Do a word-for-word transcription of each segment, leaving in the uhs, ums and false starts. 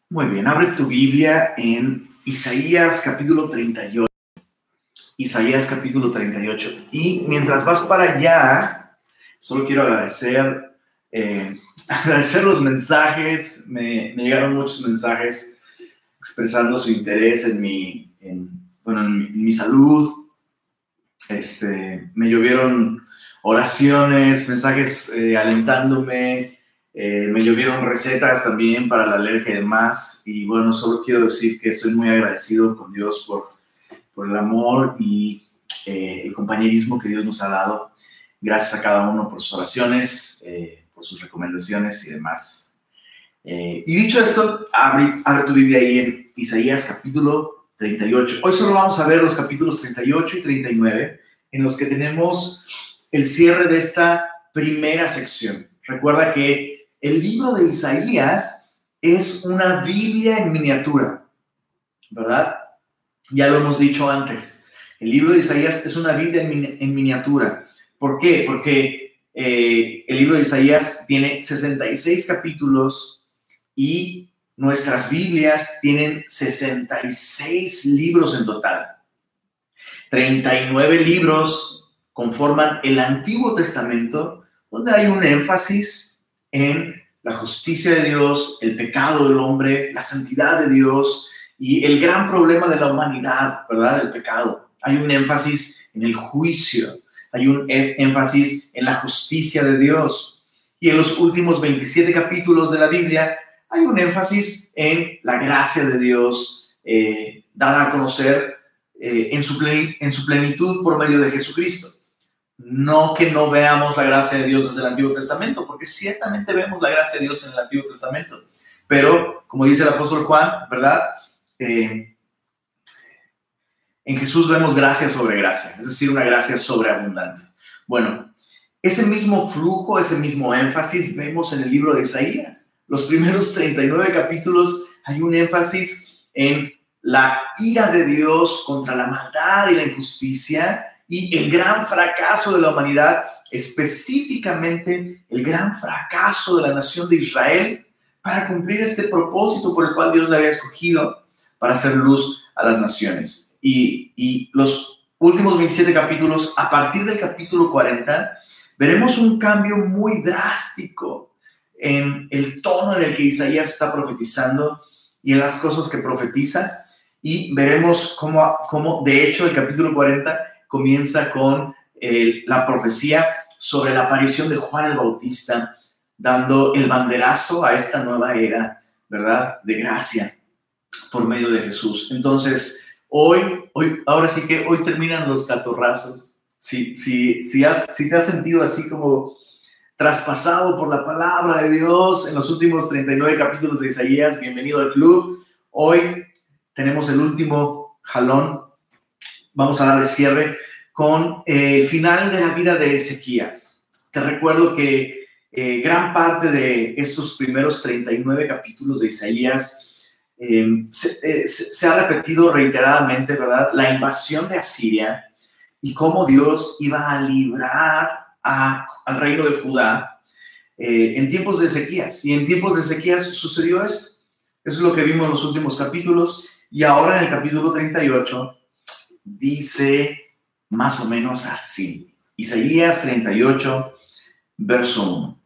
Muy bien, abre tu Biblia en Isaías capítulo treinta y ocho. Isaías capítulo treinta y ocho. Y mientras vas para allá, solo quiero agradecer, eh, agradecer los mensajes. Me, me llegaron muchos mensajes expresando su interés en mi, en, bueno, en mi, en mi salud. Este, me llovieron oraciones, mensajes eh, alentándome. Eh, me llovieron recetas también para la alergia y demás. Y bueno, solo quiero decir que soy muy agradecido con Dios por, por el amor y eh, el compañerismo que Dios nos ha dado. Gracias a cada uno por sus oraciones, eh, por sus recomendaciones y demás. Eh, y dicho esto, abre, abre tu Biblia ahí en Isaías capítulo treinta y ocho. Hoy solo vamos a ver los capítulos treinta y ocho y treinta y nueve, en los que tenemos el cierre de esta primera sección. Recuerda que el libro de Isaías es una Biblia en miniatura, ¿verdad? Ya lo hemos dicho antes. El libro de Isaías es una Biblia en, min- en miniatura. ¿Por qué? Porque eh, el libro de Isaías tiene sesenta y seis capítulos y nuestras Biblias tienen sesenta y seis libros en total. treinta y nueve libros conforman el Antiguo Testamento, donde hay un énfasis en la justicia de Dios, el pecado del hombre, la santidad de Dios y el gran problema de la humanidad, ¿verdad? El pecado. Hay un énfasis en el juicio, hay un énfasis en la justicia de Dios. Y en los últimos veintisiete capítulos de la Biblia hay un énfasis en la gracia de Dios eh, dada a conocer eh, en, su plen- en su plenitud por medio de Jesucristo. No que no veamos la gracia de Dios desde el Antiguo Testamento, porque ciertamente vemos la gracia de Dios en el Antiguo Testamento. Pero, como dice el apóstol Juan, ¿verdad? Eh, en Jesús vemos gracia sobre gracia, es decir, una gracia sobreabundante. Bueno, ese mismo flujo, ese mismo énfasis vemos en el libro de Isaías. Los primeros treinta y nueve capítulos hay un énfasis en la ira de Dios contra la maldad y la injusticia y el gran fracaso de la humanidad, específicamente el gran fracaso de la nación de Israel para cumplir este propósito por el cual Dios le había escogido para hacer luz a las naciones. Y, y los últimos veintisiete capítulos, a partir del capítulo cuarenta, veremos un cambio muy drástico en el tono en el que Isaías está profetizando y en las cosas que profetiza. Y veremos cómo, cómo de hecho, el capítulo cuarenta comienza con eh, la profecía sobre la aparición de Juan el Bautista, dando el banderazo a esta nueva era, ¿verdad?, de gracia por medio de Jesús. Entonces, hoy, hoy ahora sí que hoy terminan los catorrazos. Si, si, si, has, si te has sentido así como traspasado por la palabra de Dios en los últimos treinta y nueve capítulos de Isaías, bienvenido al club. Hoy tenemos el último jalón. Vamos a darle cierre con el final de la vida de Ezequías. Te recuerdo que eh, gran parte de estos primeros treinta y nueve capítulos de Isaías eh, se, eh, se ha repetido reiteradamente, ¿verdad?, la invasión de Asiria y cómo Dios iba a librar a, al reino de Judá eh, en tiempos de Ezequías. Y en tiempos de Ezequías sucedió esto. Eso es lo que vimos en los últimos capítulos. Y ahora en el capítulo treinta y ocho dice más o menos así. Isaías treinta y ocho, verso uno.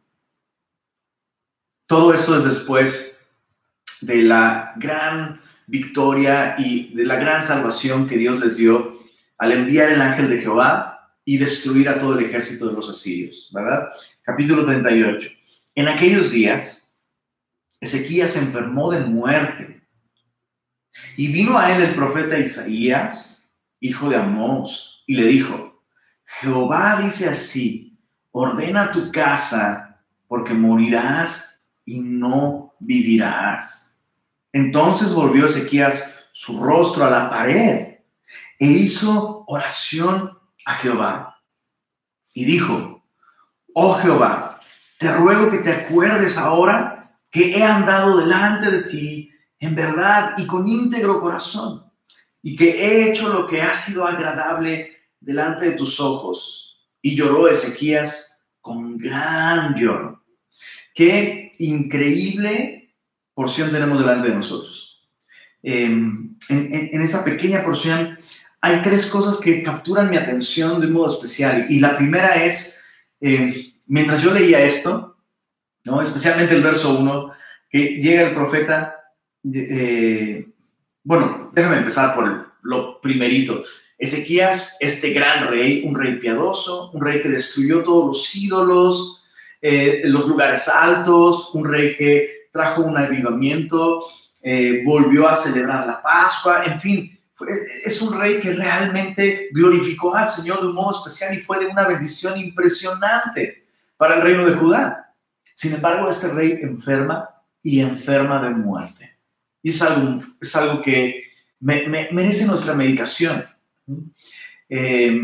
Todo esto es después de la gran victoria y de la gran salvación que Dios les dio al enviar el ángel de Jehová y destruir a todo el ejército de los asirios, ¿verdad? Capítulo treinta y ocho. En aquellos días, Ezequías se enfermó de muerte y vino a él el profeta Isaías, hijo de Amós, y le dijo: Jehová dice así, ordena tu casa, porque morirás y no vivirás. Entonces volvió Ezequías su rostro a la pared e hizo oración a Jehová. Y dijo: Oh Jehová, te ruego que te acuerdes ahora que he andado delante de ti en verdad y con íntegro corazón, y que he hecho lo que ha sido agradable delante de tus ojos. Y lloró Ezequías con gran lloro. Qué increíble porción tenemos delante de nosotros? Eh, en, en, en esa pequeña porción hay tres cosas que capturan mi atención de un modo especial. Y la primera es, eh, mientras yo leía esto, ¿no? Especialmente el verso uno, que llega el profeta, eh, bueno, déjame empezar por el, lo primerito. Ezequías, este gran rey, un rey piadoso, un rey que destruyó todos los ídolos, eh, los lugares altos, un rey que trajo un avivamiento, eh, volvió a celebrar la Pascua, en fin, fue, es un rey que realmente glorificó al Señor de un modo especial y fue de una bendición impresionante para el reino de Judá. Sin embargo, este rey enferma y enferma de muerte. Y es algo, es algo que me, me, merece nuestra meditación. Eh,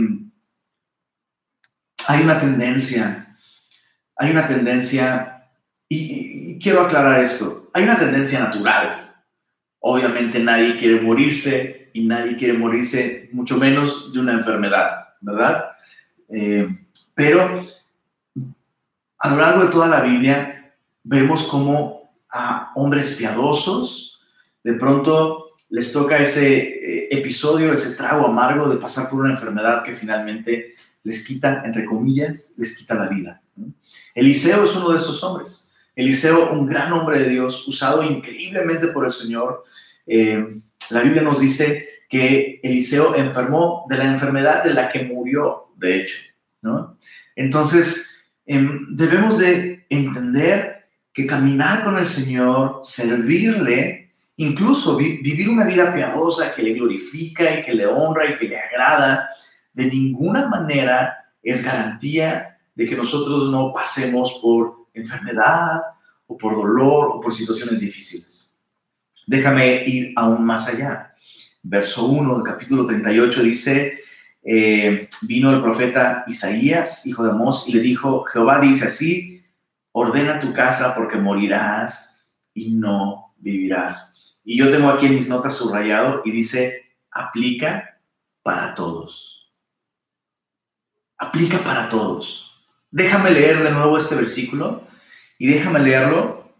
hay una tendencia, hay una tendencia, y, y quiero aclarar esto, hay una tendencia natural. Obviamente nadie quiere morirse y nadie quiere morirse, mucho menos de una enfermedad, ¿verdad? Eh, pero a lo largo de toda la Biblia vemos cómo a hombres piadosos de pronto les toca ese eh, episodio, ese trago amargo de pasar por una enfermedad que finalmente les quita, entre comillas, les quita la vida, ¿no? Eliseo es uno de esos hombres. Eliseo, un gran hombre de Dios, usado increíblemente por el Señor. Eh, la Biblia nos dice que Eliseo enfermó de la enfermedad de la que murió, de hecho, ¿no? Entonces, eh, debemos de entender que caminar con el Señor, servirle, incluso vi- vivir una vida piadosa que le glorifica y que le honra y que le agrada, de ninguna manera es garantía de que nosotros no pasemos por enfermedad o por dolor o por situaciones difíciles. Déjame ir aún más allá. Verso uno del capítulo treinta y ocho dice, eh, vino el profeta Isaías, hijo de Amós, y le dijo, Jehová dice así, ordena tu casa porque morirás y no vivirás. Y yo tengo aquí en mis notas subrayado y dice, aplica para todos. Aplica para todos. Déjame leer de nuevo este versículo y déjame leerlo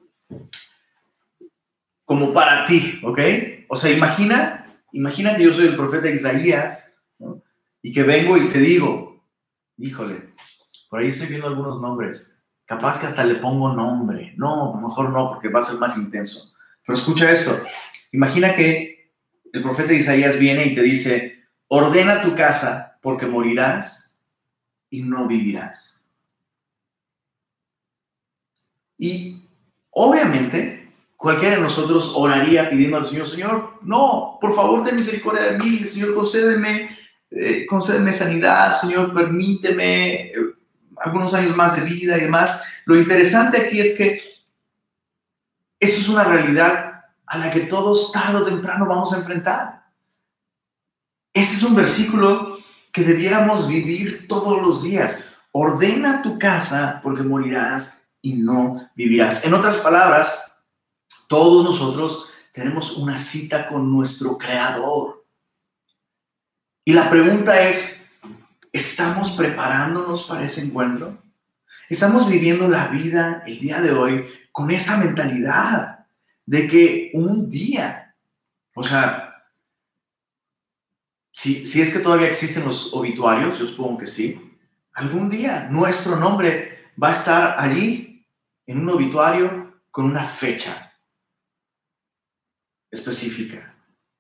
como para ti, ¿ok? O sea, imagina, imagina que yo soy el profeta Isaías, ¿no? Y que vengo y te digo, híjole, por ahí estoy viendo algunos nombres, capaz que hasta le pongo nombre. No, a lo mejor no, porque va a ser más intenso. Pero escucha esto, imagina que el profeta Isaías viene y te dice, ordena tu casa porque morirás y no vivirás. Y obviamente cualquiera de nosotros oraría pidiendo al Señor, Señor, no, por favor ten misericordia de mí, Señor, concédeme, eh, concédeme sanidad, Señor, permíteme eh, algunos años más de vida y demás. Lo interesante aquí es que eso es una realidad a la que todos tarde o temprano vamos a enfrentar. Ese es un versículo que debiéramos vivir todos los días. Ordena tu casa porque morirás y no vivirás. En otras palabras, todos nosotros tenemos una cita con nuestro Creador. Y la pregunta es, ¿estamos preparándonos para ese encuentro? ¿Estamos viviendo la vida el día de hoy con esa mentalidad de que un día, o sea, si, si es que todavía existen los obituarios, yo supongo que sí, algún día nuestro nombre va a estar allí en un obituario con una fecha específica?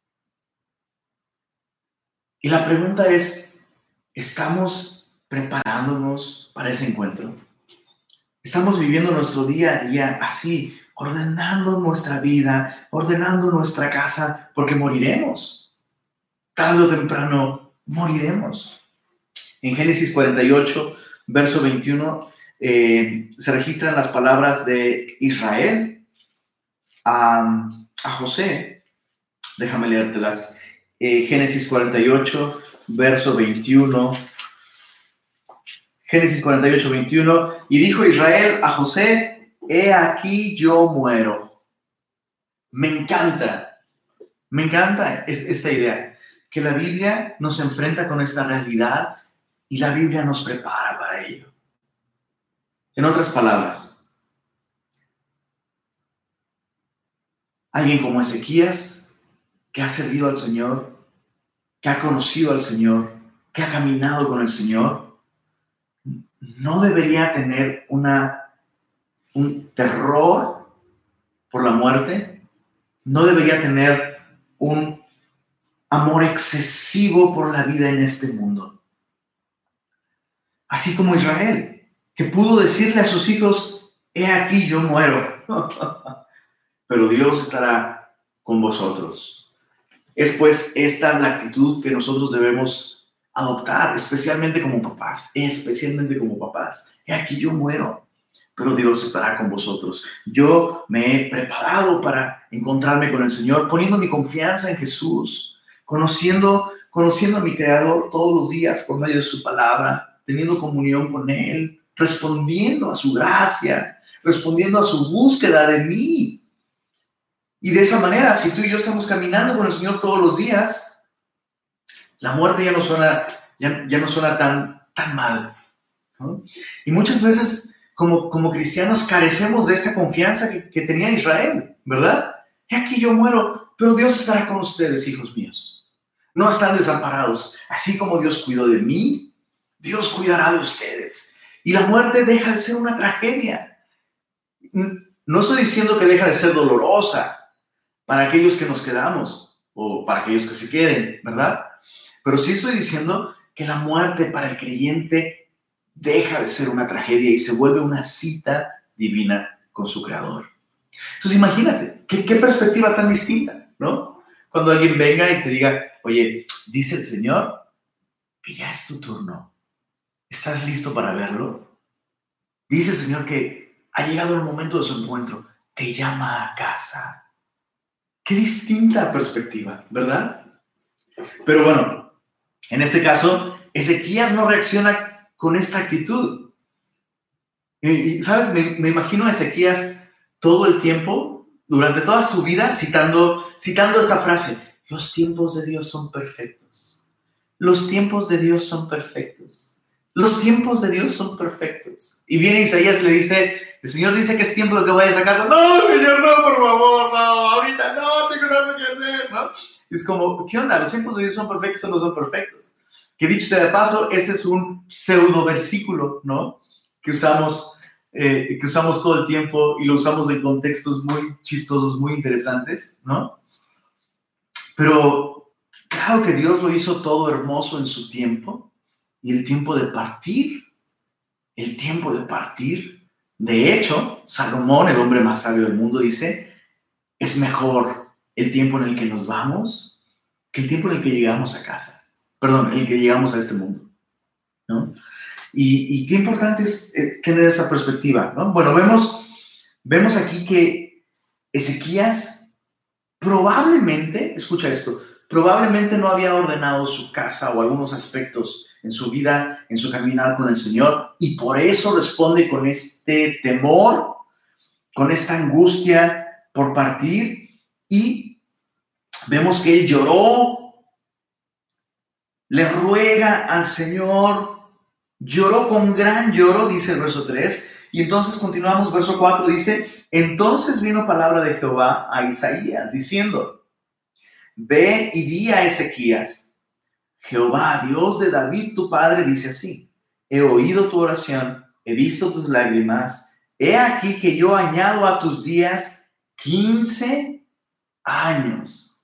Y la pregunta es, ¿estamos preparándonos para ese encuentro? ¿Estamos viviendo nuestro día a día así, ordenando nuestra vida, ordenando nuestra casa, porque moriremos? Tarde o temprano moriremos. En Génesis cuarenta y ocho, verso veintiuno, eh, se registran las palabras de Israel a, a José. Déjame leértelas. Eh, Génesis cuarenta y ocho, verso veintiuno. Génesis cuarenta y ocho, veintiuno. Y dijo Israel a José, he aquí yo muero. Me encanta, me encanta es, esta idea, que la Biblia nos enfrenta con esta realidad y la Biblia nos prepara para ello. En otras palabras, Alguien como Ezequías, que ha servido al Señor, que ha conocido al Señor, que ha caminado con el Señor, no debería tener una, un terror por la muerte, no debería tener un amor excesivo por la vida en este mundo. Así como Israel, que pudo decirle a sus hijos, he aquí yo muero, pero Dios estará con vosotros. Es pues esta la actitud que nosotros debemos adoptar, especialmente como papás, especialmente como papás. He aquí yo muero, pero Dios estará con vosotros. Yo me he preparado para encontrarme con el Señor, poniendo mi confianza en Jesús, conociendo, conociendo a mi Creador todos los días por medio de su palabra, teniendo comunión con Él, respondiendo a su gracia, respondiendo a su búsqueda de mí. Y de esa manera, si tú y yo estamos caminando con el Señor todos los días, la muerte ya no suena, ya, ya no suena tan, tan mal, ¿no? Y muchas veces, como, como cristianos, carecemos de esta confianza que, que tenía Israel, ¿verdad? He aquí yo muero, pero Dios estará con ustedes, hijos míos. No están desamparados. Así como Dios cuidó de mí, Dios cuidará de ustedes. Y la muerte deja de ser una tragedia. No estoy diciendo que deja de ser dolorosa para aquellos que nos quedamos o para aquellos que se queden, ¿verdad? Pero sí estoy diciendo que la muerte para el creyente deja de ser una tragedia y se vuelve una cita divina con su Creador. Entonces imagínate, ¿qué, qué perspectiva tan distinta, ¿no? Cuando alguien venga y te diga, oye, dice el Señor que ya es tu turno. ¿Estás listo para verlo? Dice el Señor que ha llegado el momento de su encuentro. Te llama a casa. Qué distinta perspectiva, ¿verdad? Pero bueno, en este caso, Ezequías no reacciona con esta actitud. Y, y ¿sabes? Me, me imagino a Ezequías todo el tiempo, durante toda su vida, citando, citando esta frase. Los tiempos de Dios son perfectos. Los tiempos de Dios son perfectos. Los tiempos de Dios son perfectos. Y viene Isaías y le dice, el Señor dice que es tiempo de que vayas a casa. No, Señor, no, por favor, no, ahorita no, tengo nada que hacer, ¿no? Y es como, ¿qué onda? ¿Los tiempos de Dios son perfectos o no son perfectos? Que dicho sea de paso, ese es un pseudo versículo, ¿no? Que usamos, eh, que usamos todo el tiempo y lo usamos en contextos muy chistosos, muy interesantes, ¿no? Pero claro que Dios lo hizo todo hermoso en su tiempo. Y el tiempo de partir, el tiempo de partir, de hecho, Salomón, el hombre más sabio del mundo, dice, es mejor el tiempo en el que nos vamos que el tiempo en el que llegamos a casa. Perdón, en el que llegamos a este mundo, ¿no? Y, y qué importante es eh, tener esa perspectiva, ¿no? Bueno, vemos, vemos aquí que Ezequías probablemente, escucha esto, probablemente no había ordenado su casa o algunos aspectos en su vida, en su caminar con el Señor, y por eso responde con este temor, con esta angustia por partir, y vemos que él lloró, le ruega al Señor, lloró con gran lloro, dice el verso tres, y entonces continuamos, verso cuatro, dice, entonces vino palabra de Jehová a Isaías, diciendo, ve y di a Ezequías, Jehová, Dios de David, tu padre, dice así, he oído tu oración, he visto tus lágrimas, he aquí que yo añado a tus días quince años.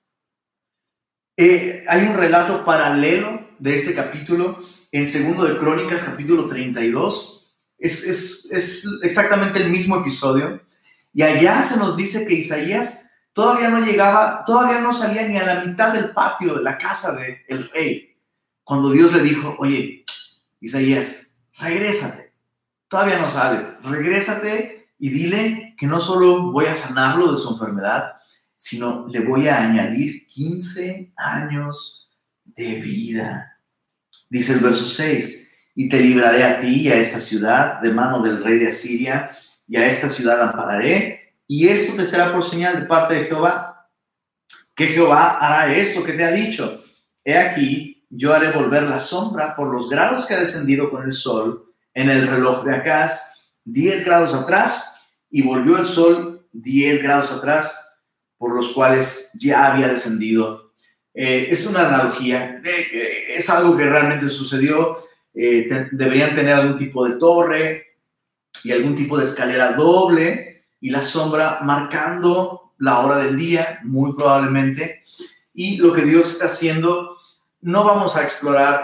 Eh, hay un relato paralelo de este capítulo en segundo de Crónicas, capítulo treinta y dos. Es, es, es exactamente el mismo episodio. Y allá se nos dice que Isaías todavía no llegaba, todavía no salía ni a la mitad del patio de la casa del rey, cuando Dios le dijo, oye, Isaías, regrésate, todavía no sales, regrésate y dile que no solo voy a sanarlo de su enfermedad, sino le voy a añadir quince años de vida. Dice el verso seis, y te libraré a ti y a esta ciudad de mano del rey de Asiria, y a esta ciudad ampararé, y esto te será por señal de parte de Jehová, que Jehová hará esto que te ha dicho. He aquí, yo haré volver la sombra por los grados que ha descendido con el sol en el reloj de Acaz, diez grados atrás, y volvió el sol diez grados atrás, por los cuales ya había descendido. Eh, es una analogía, eh, es algo que realmente sucedió. Eh, te, deberían tener algún tipo de torre y algún tipo de escalera doble y la sombra marcando la hora del día, muy probablemente. Y lo que Dios está haciendo, no vamos a explorar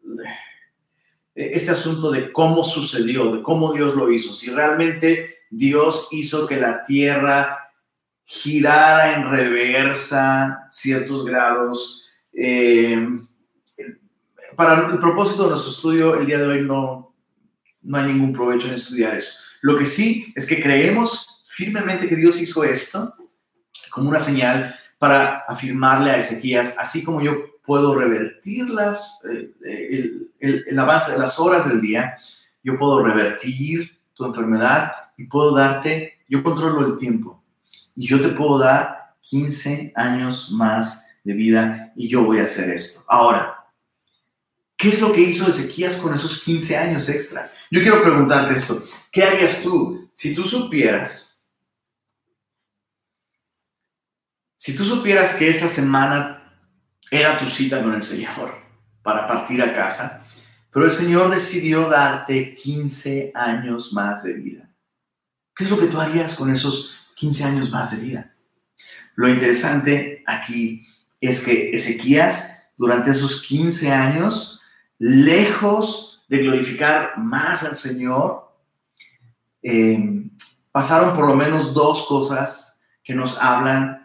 este asunto de cómo sucedió, de cómo Dios lo hizo, si realmente Dios hizo que la tierra girara en reversa ciertos grados. Eh, para el propósito de nuestro estudio, el día de hoy no, no hay ningún provecho en estudiar eso. Lo que sí es que creemos firmemente que Dios hizo esto como una señal para afirmarle a Ezequías, así como yo puedo revertir las, eh, el, el, el avance de las horas del día, yo puedo revertir tu enfermedad y puedo darte, yo controlo el tiempo y yo te puedo dar quince años más de vida y yo voy a hacer esto. Ahora, ¿qué es lo que hizo Ezequías con esos quince años extras? Yo quiero preguntarte esto, ¿qué harías tú si tú supieras Si tú supieras que esta semana era tu cita con el Señor para partir a casa, pero el Señor decidió darte quince años más de vida? ¿Qué es lo que tú harías con esos quince años más de vida? Lo interesante aquí es que Ezequías, durante esos quince años, lejos de glorificar más al Señor, eh, pasaron por lo menos dos cosas que nos hablan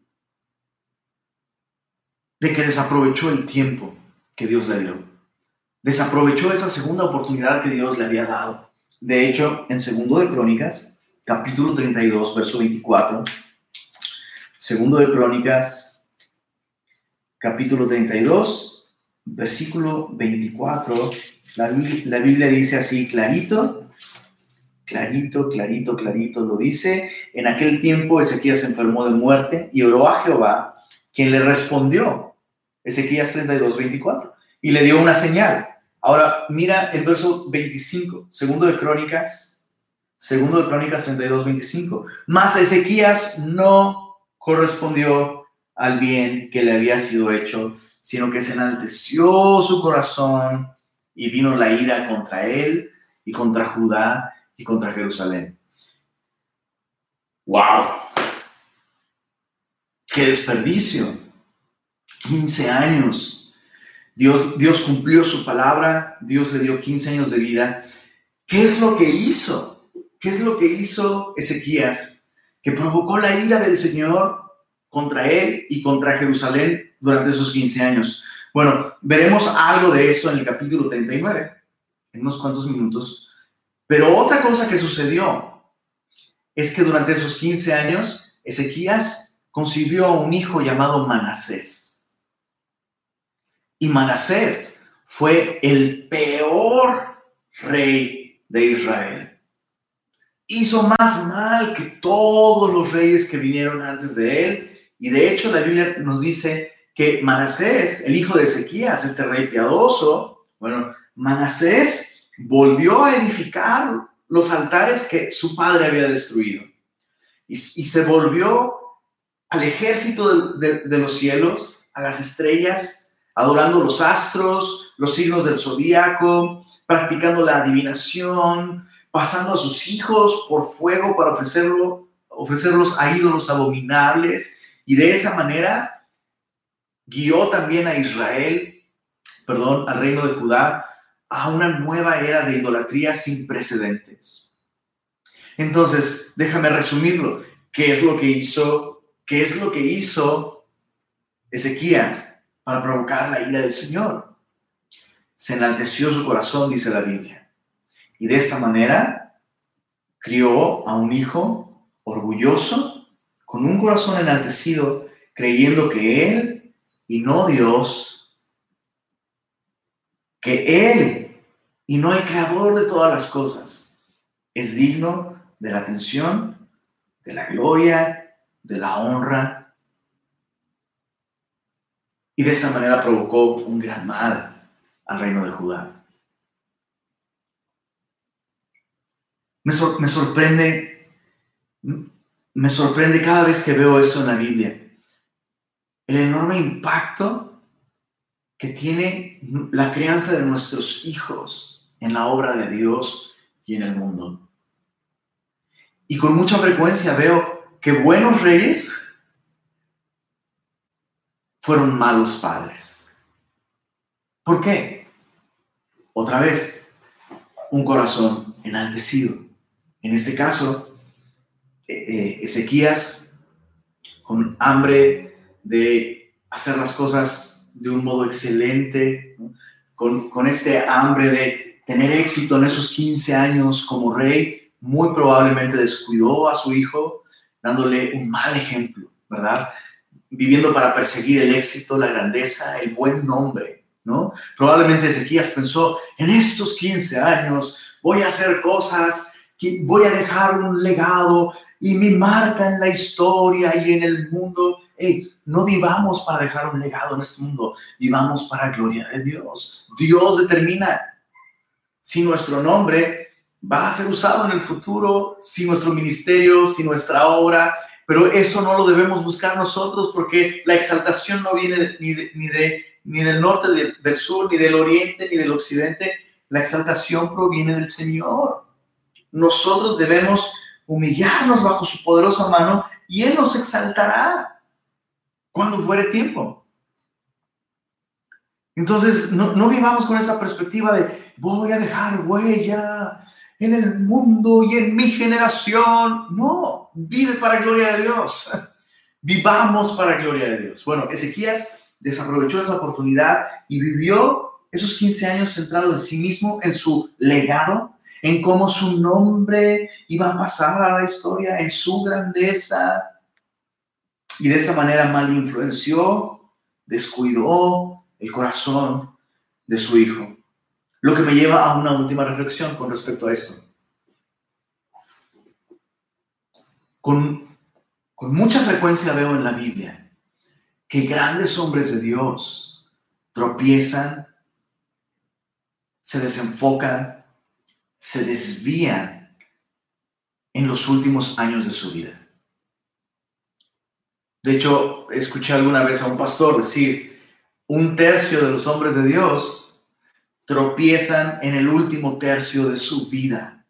de que desaprovechó el tiempo que Dios le dio. Desaprovechó esa segunda oportunidad que Dios le había dado. De hecho, en Segundo de Crónicas, capítulo treinta y dos, verso veinticuatro, Segundo de Crónicas, capítulo treinta y dos, versículo veinticuatro, la, la Biblia dice así, clarito, clarito, clarito, clarito, lo dice: en aquel tiempo Ezequías se enfermó de muerte y oró a Jehová, quien le respondió. Ezequías treinta y dos, veinticuatro. Y le dio una señal. Ahora, mira el verso veinticinco. Segundo de Crónicas. Segundo de Crónicas treinta y dos, veinticinco. Mas Ezequías no correspondió al bien que le había sido hecho, sino que se enalteció su corazón y vino la ira contra él y contra Judá y contra Jerusalén. ¡Wow! ¡Qué desperdicio! quince años. Dios, Dios cumplió su palabra, Dios le dio quince años de vida. ¿Qué es lo que hizo? ¿Qué es lo que hizo Ezequías? Que provocó la ira del Señor contra él y contra Jerusalén durante esos quince años. Bueno, veremos algo de eso en el capítulo treinta y nueve, en unos cuantos minutos. Pero otra cosa que sucedió es que durante esos quince años, Ezequías concibió a un hijo llamado Manasés. Y Manasés fue el peor rey de Israel. Hizo más mal que todos los reyes que vinieron antes de él. Y de hecho la Biblia nos dice que Manasés, el hijo de Ezequías, este rey piadoso, bueno, Manasés volvió a edificar los altares que su padre había destruido. Y, y se volvió al ejército de, de, de los cielos, a las estrellas, adorando los astros, los signos del zodíaco, practicando la adivinación, pasando a sus hijos por fuego para ofrecerlo, ofrecerlos a ídolos abominables, y de esa manera guió también a Israel, perdón, al reino de Judá, a una nueva era de idolatría sin precedentes. Entonces, déjame resumirlo. ¿Qué es lo que hizo? ¿Qué es lo que hizo Ezequías para provocar la ira del Señor? Se enalteció su corazón, dice la Biblia. Y de esta manera crió a un hijo orgulloso, con un corazón enaltecido, creyendo que él y no Dios, que él y no el creador de todas las cosas, es digno de la atención, de la gloria, de la honra. Y de esta manera provocó un gran mal al reino de Judá. Me, sor- me sorprende me sorprende cada vez que veo eso en la Biblia. El enorme impacto que tiene la crianza de nuestros hijos en la obra de Dios y en el mundo. Y con mucha frecuencia veo que buenos reyes fueron malos padres. ¿Por qué? Otra vez, un corazón enaltecido. En este caso, eh, Ezequías, con hambre de hacer las cosas de un modo excelente, ¿no? con, con este hambre de tener éxito en esos quince años como rey, muy probablemente descuidó a su hijo, dándole un mal ejemplo, ¿verdad? Viviendo para perseguir el éxito, la grandeza, el buen nombre, ¿no? Probablemente Ezequías pensó, en estos quince años voy a hacer cosas, voy a dejar un legado y mi marca en la historia y en el mundo. Hey, no vivamos para dejar un legado en este mundo, vivamos para la gloria de Dios. Dios determina si nuestro nombre va a ser usado en el futuro, si nuestro ministerio, si nuestra obra, pero eso no lo debemos buscar nosotros, porque la exaltación no viene de, ni, de, ni, de, ni del norte, de, del sur, ni del oriente, ni del occidente. La exaltación proviene del Señor. Nosotros debemos humillarnos bajo su poderosa mano y Él nos exaltará cuando fuere tiempo. Entonces, no, no vivamos con esa perspectiva de voy a dejar huella en el mundo y en mi generación. No, vive para gloria de Dios. Vivamos para gloria de Dios. Bueno, Ezequías desaprovechó esa oportunidad y vivió esos quince años centrado en sí mismo, en su legado, en cómo su nombre iba a pasar a la historia, en su grandeza. Y de esa manera mal influenció, descuidó el corazón de su hijo. Lo que me lleva a una última reflexión con respecto a esto. Con, con mucha frecuencia veo en la Biblia que grandes hombres de Dios tropiezan, se desenfocan, se desvían en los últimos años de su vida. De hecho, escuché alguna vez a un pastor decir, un tercio de los hombres de Dios tropiezan en el último tercio de su vida.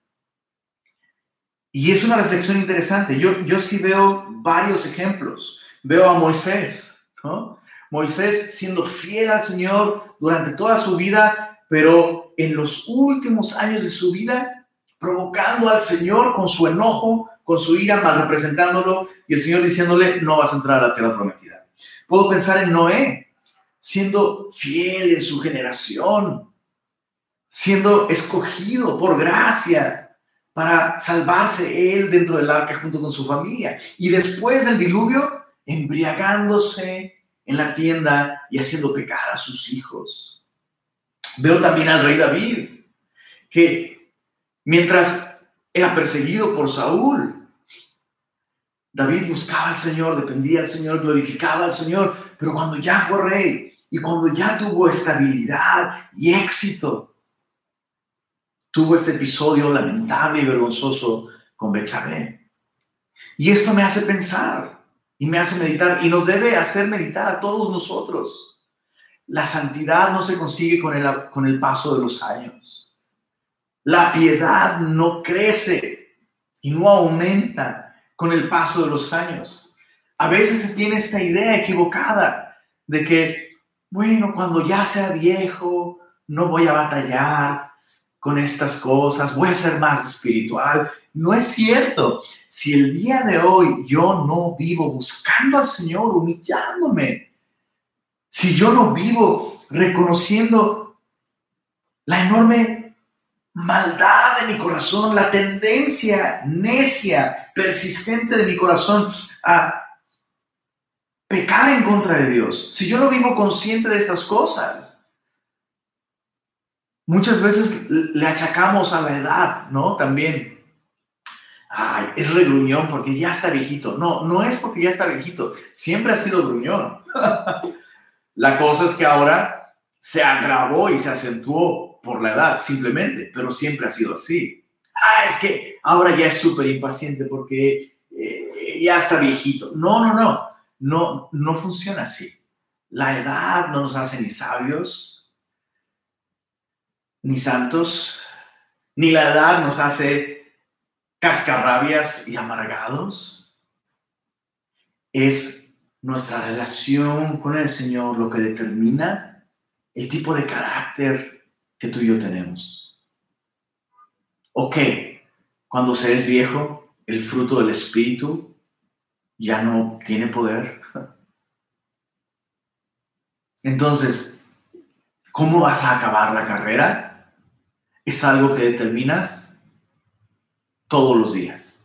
Y es una reflexión interesante. Yo, yo sí veo varios ejemplos. Veo a Moisés, ¿no? Moisés siendo fiel al Señor durante toda su vida, pero en los últimos años de su vida, provocando al Señor con su enojo, con su ira, mal representándolo, y el Señor diciéndole, no vas a entrar a la tierra prometida. Puedo pensar en Noé, siendo fiel en su generación, siendo escogido por gracia para salvarse él dentro del arca junto con su familia. Y después del diluvio, embriagándose en la tienda y haciendo pecar a sus hijos. Veo también al rey David, que mientras era perseguido por Saúl, David buscaba al Señor, dependía del Señor, glorificaba al Señor, pero cuando ya fue rey y cuando ya tuvo estabilidad y éxito, tuvo este episodio lamentable y vergonzoso con Betsabé. Y esto me hace pensar y me hace meditar y nos debe hacer meditar a todos nosotros. La santidad no se consigue con el, con el paso de los años. La piedad no crece y no aumenta con el paso de los años. A veces se tiene esta idea equivocada de que, bueno, cuando ya sea viejo, no voy a batallar con estas cosas, voy a ser más espiritual. No es cierto. Si el día de hoy yo no vivo buscando al Señor, humillándome, si yo no vivo reconociendo la enorme maldad de mi corazón, la tendencia necia, persistente de mi corazón a pecar en contra de Dios, si yo no vivo consciente de estas cosas, muchas veces le achacamos a la edad, ¿no? También, ay, es regruñón porque ya está viejito. No, no es porque ya está viejito, siempre ha sido gruñón. La cosa es que ahora se agravó y se acentuó por la edad, simplemente, pero siempre ha sido así. Ah, es que ahora ya es súper impaciente porque eh, ya está viejito. No, no, no, no, no funciona así. La edad no nos hace ni sabios, ni santos, ni la edad nos hace cascarrabias y amargados. Es nuestra relación con el Señor lo que determina el tipo de carácter que tú y yo tenemos. Ok, cuando se es viejo, el fruto del Espíritu ya no tiene poder. Entonces, ¿cómo vas a acabar la carrera? Es algo que determinas todos los días.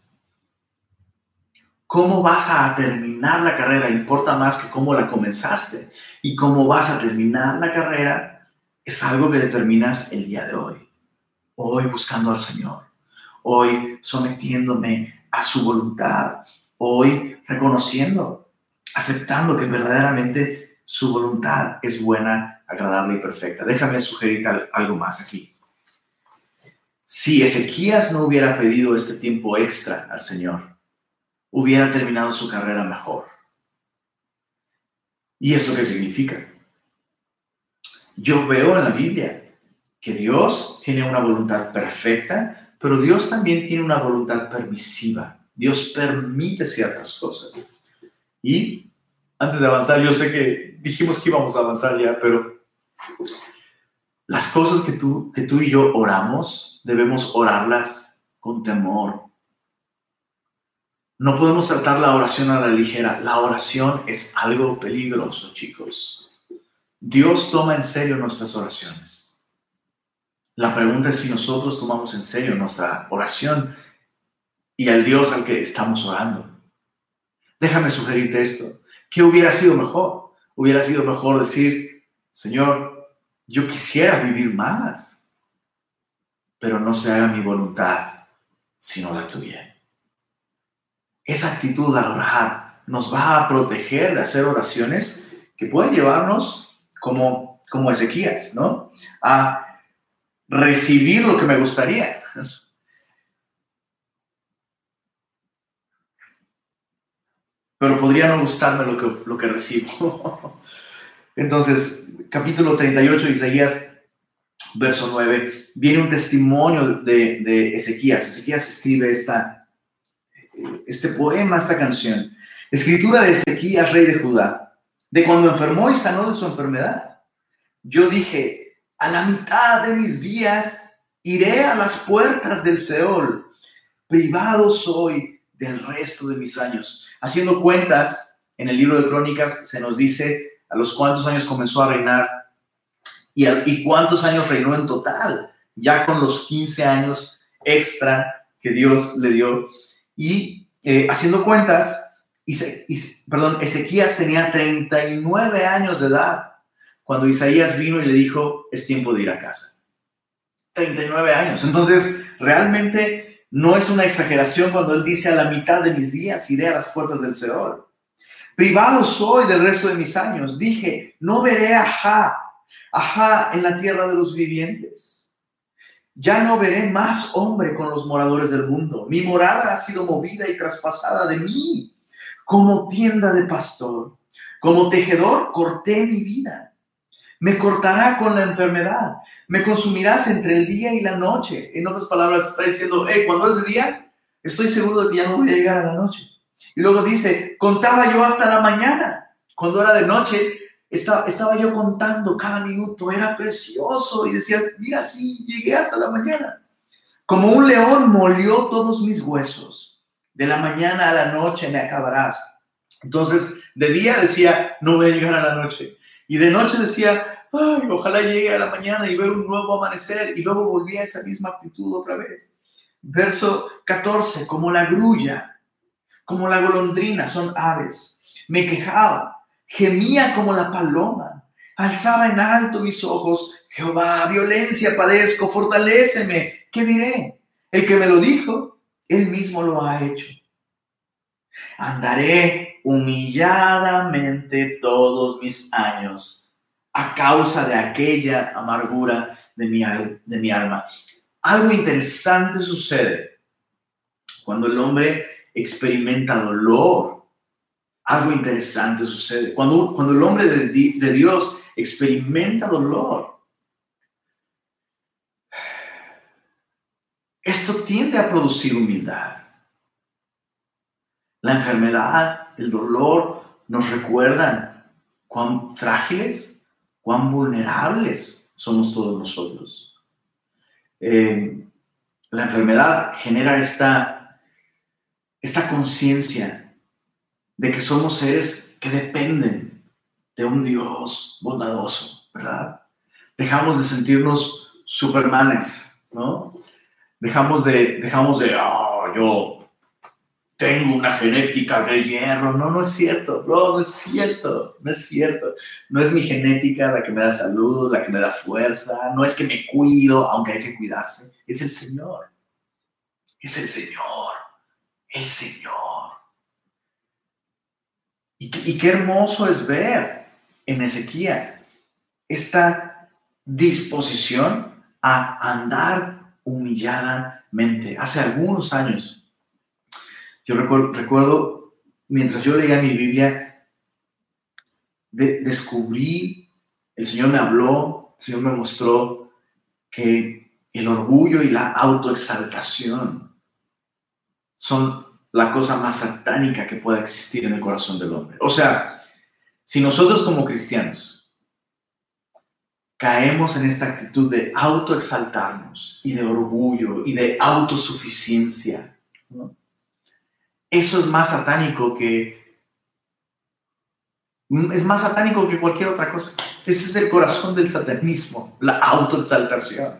¿Cómo vas a terminar la carrera? Importa más que cómo la comenzaste. Y cómo vas a terminar la carrera es algo que determinas el día de hoy. Hoy buscando al Señor. Hoy sometiéndome a su voluntad. Hoy reconociendo, aceptando que verdaderamente su voluntad es buena, agradable y perfecta. Déjame sugerirte algo más aquí. Si Ezequías no hubiera pedido este tiempo extra al Señor, hubiera terminado su carrera mejor. ¿Y eso qué significa? Yo veo en la Biblia que Dios tiene una voluntad perfecta, pero Dios también tiene una voluntad permisiva. Dios permite ciertas cosas. Y antes de avanzar, yo sé que dijimos que íbamos a avanzar ya, pero las cosas que tú, que tú y yo oramos, debemos orarlas con temor. No podemos tratar la oración a la ligera. La oración es algo peligroso, chicos. Dios toma en serio nuestras oraciones. La pregunta es si nosotros tomamos en serio nuestra oración y al Dios al que estamos orando. Déjame sugerirte esto. ¿Qué hubiera sido mejor? Hubiera sido mejor decir, Señor, yo quisiera vivir más, pero no se haga mi voluntad, sino la tuya. Esa actitud al orar nos va a proteger de hacer oraciones que pueden llevarnos, como, como Ezequías, ¿no? A recibir lo que me gustaría. Pero podría no gustarme lo que, lo que recibo. Entonces, capítulo treinta y ocho de Isaías, verso nueve, viene un testimonio de, de Ezequías. Ezequías escribe esta, este poema, esta canción. Escritura de Ezequías, rey de Judá, de cuando enfermó y sanó de su enfermedad. Yo dije, a la mitad de mis días iré a las puertas del Seol. Privado soy del resto de mis años. Haciendo cuentas, en el libro de Crónicas se nos dice a los cuántos años comenzó a reinar y, a, y cuántos años reinó en total, ya con los quince años extra que Dios le dio. Y eh, haciendo cuentas, Ise, Ise, perdón, Ezequías tenía treinta y nueve años de edad cuando Isaías vino y le dijo, es tiempo de ir a casa. treinta y nueve años. Entonces, realmente no es una exageración cuando él dice, a la mitad de mis días iré a las puertas del Seol. Privado soy del resto de mis años. Dije, no veré a Ajá, Ajá en la tierra de los vivientes. Ya no veré más hombre con los moradores del mundo. Mi morada ha sido movida y traspasada de mí. Como tienda de pastor, como tejedor, corté mi vida. Me cortará con la enfermedad. Me consumirás entre el día y la noche. En otras palabras, está diciendo, hey, cuando es de día, estoy seguro de que ya no voy a llegar a la noche. Y luego dice, contaba yo hasta la mañana. Cuando era de noche, estaba, estaba yo contando cada minuto. Era precioso. Y decía, mira, sí, llegué hasta la mañana. Como un león molió todos mis huesos. De la mañana a la noche me acabarás. Entonces, de día decía, no voy a llegar a la noche. Y de noche decía, ay, ojalá llegue a la mañana y ver un nuevo amanecer. Y luego volvía a esa misma actitud otra vez. Verso catorce, como la grulla, como la golondrina, son aves. Me quejaba, gemía como la paloma. Alzaba en alto mis ojos. Jehová, violencia padezco, fortaléceme. ¿Qué diré? El que me lo dijo, él mismo lo ha hecho. Andaré humilladamente todos mis años a causa de aquella amargura de mi, de mi alma. Algo interesante sucede cuando el hombre experimenta dolor, algo interesante sucede. Cuando, cuando el hombre de, de Dios experimenta dolor, esto tiende a producir humildad. La enfermedad, el dolor nos recuerdan cuán frágiles, cuán vulnerables somos todos nosotros. Eh, la enfermedad genera esta, esta conciencia de que somos seres que dependen de un Dios bondadoso, ¿verdad? Dejamos de sentirnos supermanes, ¿no? Dejamos de, dejamos de, oh, yo tengo una genética de hierro. No, no es cierto, bro, no es cierto, no es cierto. No es mi genética la que me da salud, la que me da fuerza. No es que me cuido, aunque hay que cuidarse. Es el Señor. Es el Señor. El Señor. Y, y qué hermoso es ver en Ezequías esta disposición a andar humilladamente. Hace algunos años, yo recuerdo, recuerdo mientras yo leía mi Biblia, de, descubrí, el Señor me habló, el Señor me mostró que el orgullo y la autoexaltación son la cosa más satánica que pueda existir en el corazón del hombre. O sea, si nosotros como cristianos caemos en esta actitud de autoexaltarnos y de orgullo y de autosuficiencia, ¿no? Eso es más satánico que es más satánico que cualquier otra cosa. Ese es el corazón del satanismo, la autoexaltación.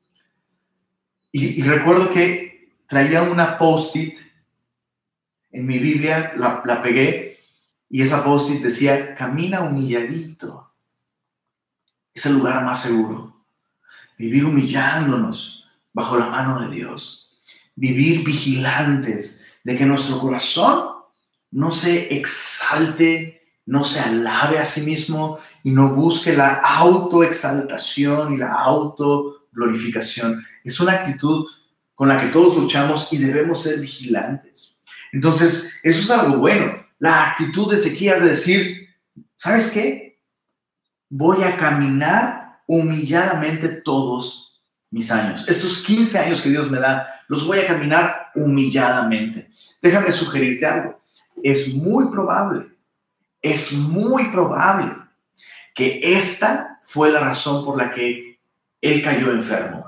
Y, y recuerdo que traía una post-it en mi Biblia, la, la pegué, y esa post-it decía: camina humilladito. Es el lugar más seguro. Vivir humillándonos bajo la mano de Dios. Vivir vigilantes de que nuestro corazón no se exalte, no se alabe a sí mismo y no busque la autoexaltación y la autoglorificación. Es una actitud con la que todos luchamos y debemos ser vigilantes. Entonces, eso es algo bueno. La actitud de Ezequías de decir, ¿sabes qué? Voy a caminar humilladamente todos mis años. Estos quince años que Dios me da, los voy a caminar humilladamente. Déjame sugerirte algo. Es muy probable, es muy probable que esta fue la razón por la que él cayó enfermo.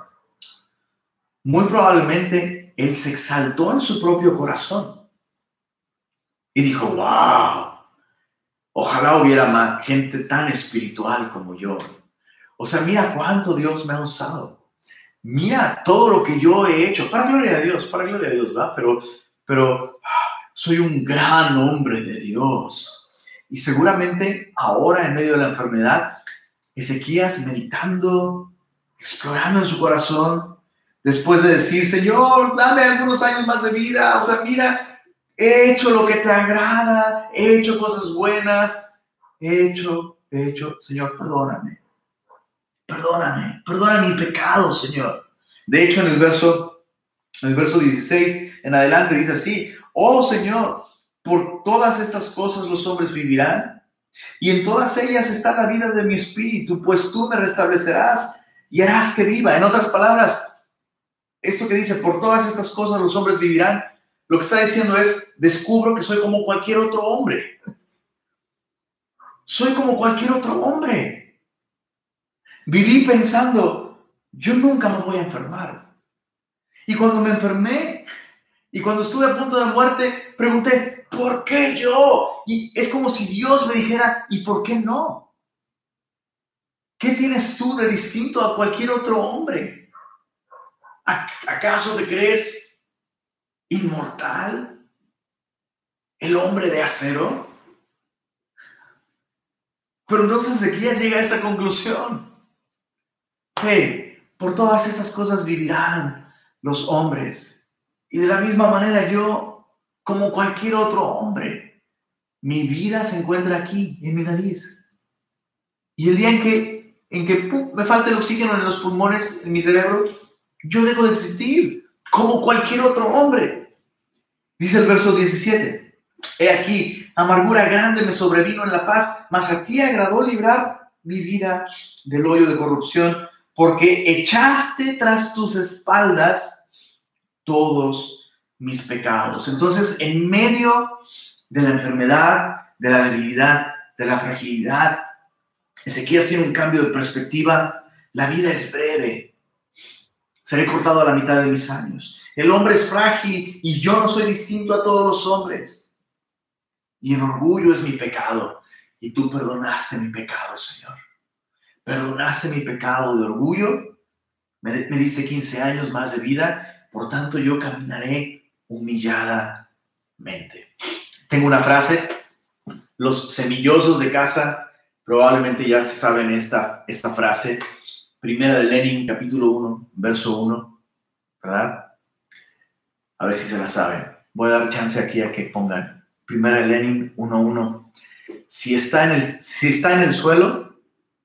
Muy probablemente él se exaltó en su propio corazón y dijo, wow, ojalá hubiera más gente tan espiritual como yo. O sea, mira cuánto Dios me ha usado. Mira todo lo que yo he hecho. Para gloria de Dios, para gloria de Dios, ¿verdad? Pero, pero soy un gran hombre de Dios. Y seguramente ahora, en medio de la enfermedad, Ezequías meditando, explorando en su corazón, después de decir, Señor, dame algunos años más de vida. O sea, mira, he hecho lo que te agrada, he hecho cosas buenas, he hecho, he hecho, Señor, perdóname. Perdóname, perdona mi pecado, Señor. De hecho, en el verso, en el verso dieciséis en adelante dice así, oh Señor, por todas estas cosas los hombres vivirán, y en todas ellas está la vida de mi espíritu, pues tú me restablecerás y harás que viva. En otras palabras, esto que dice, por todas estas cosas los hombres vivirán, lo que está diciendo es, descubro que soy como cualquier otro hombre. Soy como cualquier otro hombre. Viví pensando, yo nunca me voy a enfermar. Y cuando me enfermé, y cuando estuve a punto de muerte, pregunté, ¿por qué yo? Y es como si Dios me dijera, ¿y por qué no? ¿Qué tienes tú de distinto a cualquier otro hombre? ¿Acaso te crees inmortal? ¿El hombre de acero? Pero entonces Ezequías llega a esta conclusión. Hey, por todas estas cosas vivirán los hombres. Y de la misma manera yo, como cualquier otro hombre, mi vida se encuentra aquí, en mi nariz. Y el día en que, en que pum, me falta el oxígeno en los pulmones, en mi cerebro, yo dejo de existir, como cualquier otro hombre. Dice el verso diecisiete, he aquí, amargura grande me sobrevino en la paz, mas a ti agradó librar mi vida del hoyo de corrupción, porque echaste tras tus espaldas todos mis pecados. Entonces, en medio de la enfermedad, de la debilidad, de la fragilidad, Ezequías tiene un cambio de perspectiva. La vida es breve. Seré cortado a la mitad de mis años. El hombre es frágil y yo no soy distinto a todos los hombres. Y el orgullo es mi pecado. Y tú perdonaste mi pecado, Señor. Perdonaste mi pecado de orgullo. Me, me diste quince años más de vida. Por tanto, yo caminaré humilladamente. Tengo una frase. Los semillosos de casa probablemente ya se saben esta, esta frase. Primera de Lenin, capítulo uno, verso uno, ¿verdad? A ver si se la saben. Voy a dar chance aquí a que pongan Primera de Lenin uno uno. Si está en el, si está en el suelo,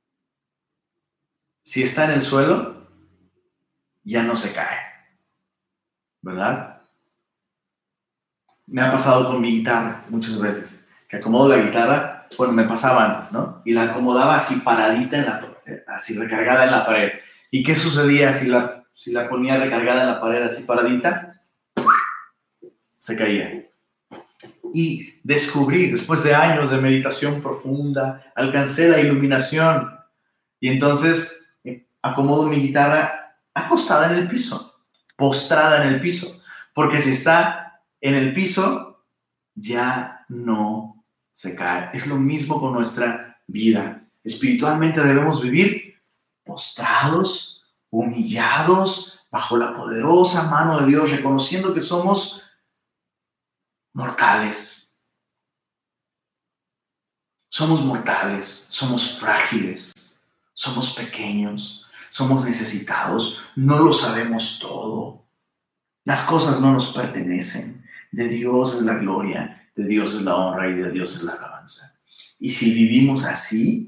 si está en el suelo, ya no se cae, ¿verdad? Me ha pasado con mi guitarra muchas veces, que acomodo la guitarra, bueno, me pasaba antes, ¿no? Y la acomodaba así paradita en la así recargada en la pared. ¿Y qué sucedía si la, si la ponía recargada en la pared así paradita? Se caía. Y descubrí, después de años de meditación profunda, alcancé la iluminación. Y entonces acomodo mi guitarra acostada en el piso, postrada en el piso. Porque si está en el piso, ya no se cae. Es lo mismo con nuestra vida. Espiritualmente debemos vivir postrados, humillados, bajo la poderosa mano de Dios, reconociendo que somos mortales. Somos mortales, somos frágiles, somos pequeños, somos necesitados, no lo sabemos todo. Las cosas no nos pertenecen. De Dios es la gloria, de Dios es la honra y de Dios es la alabanza. Y si vivimos así,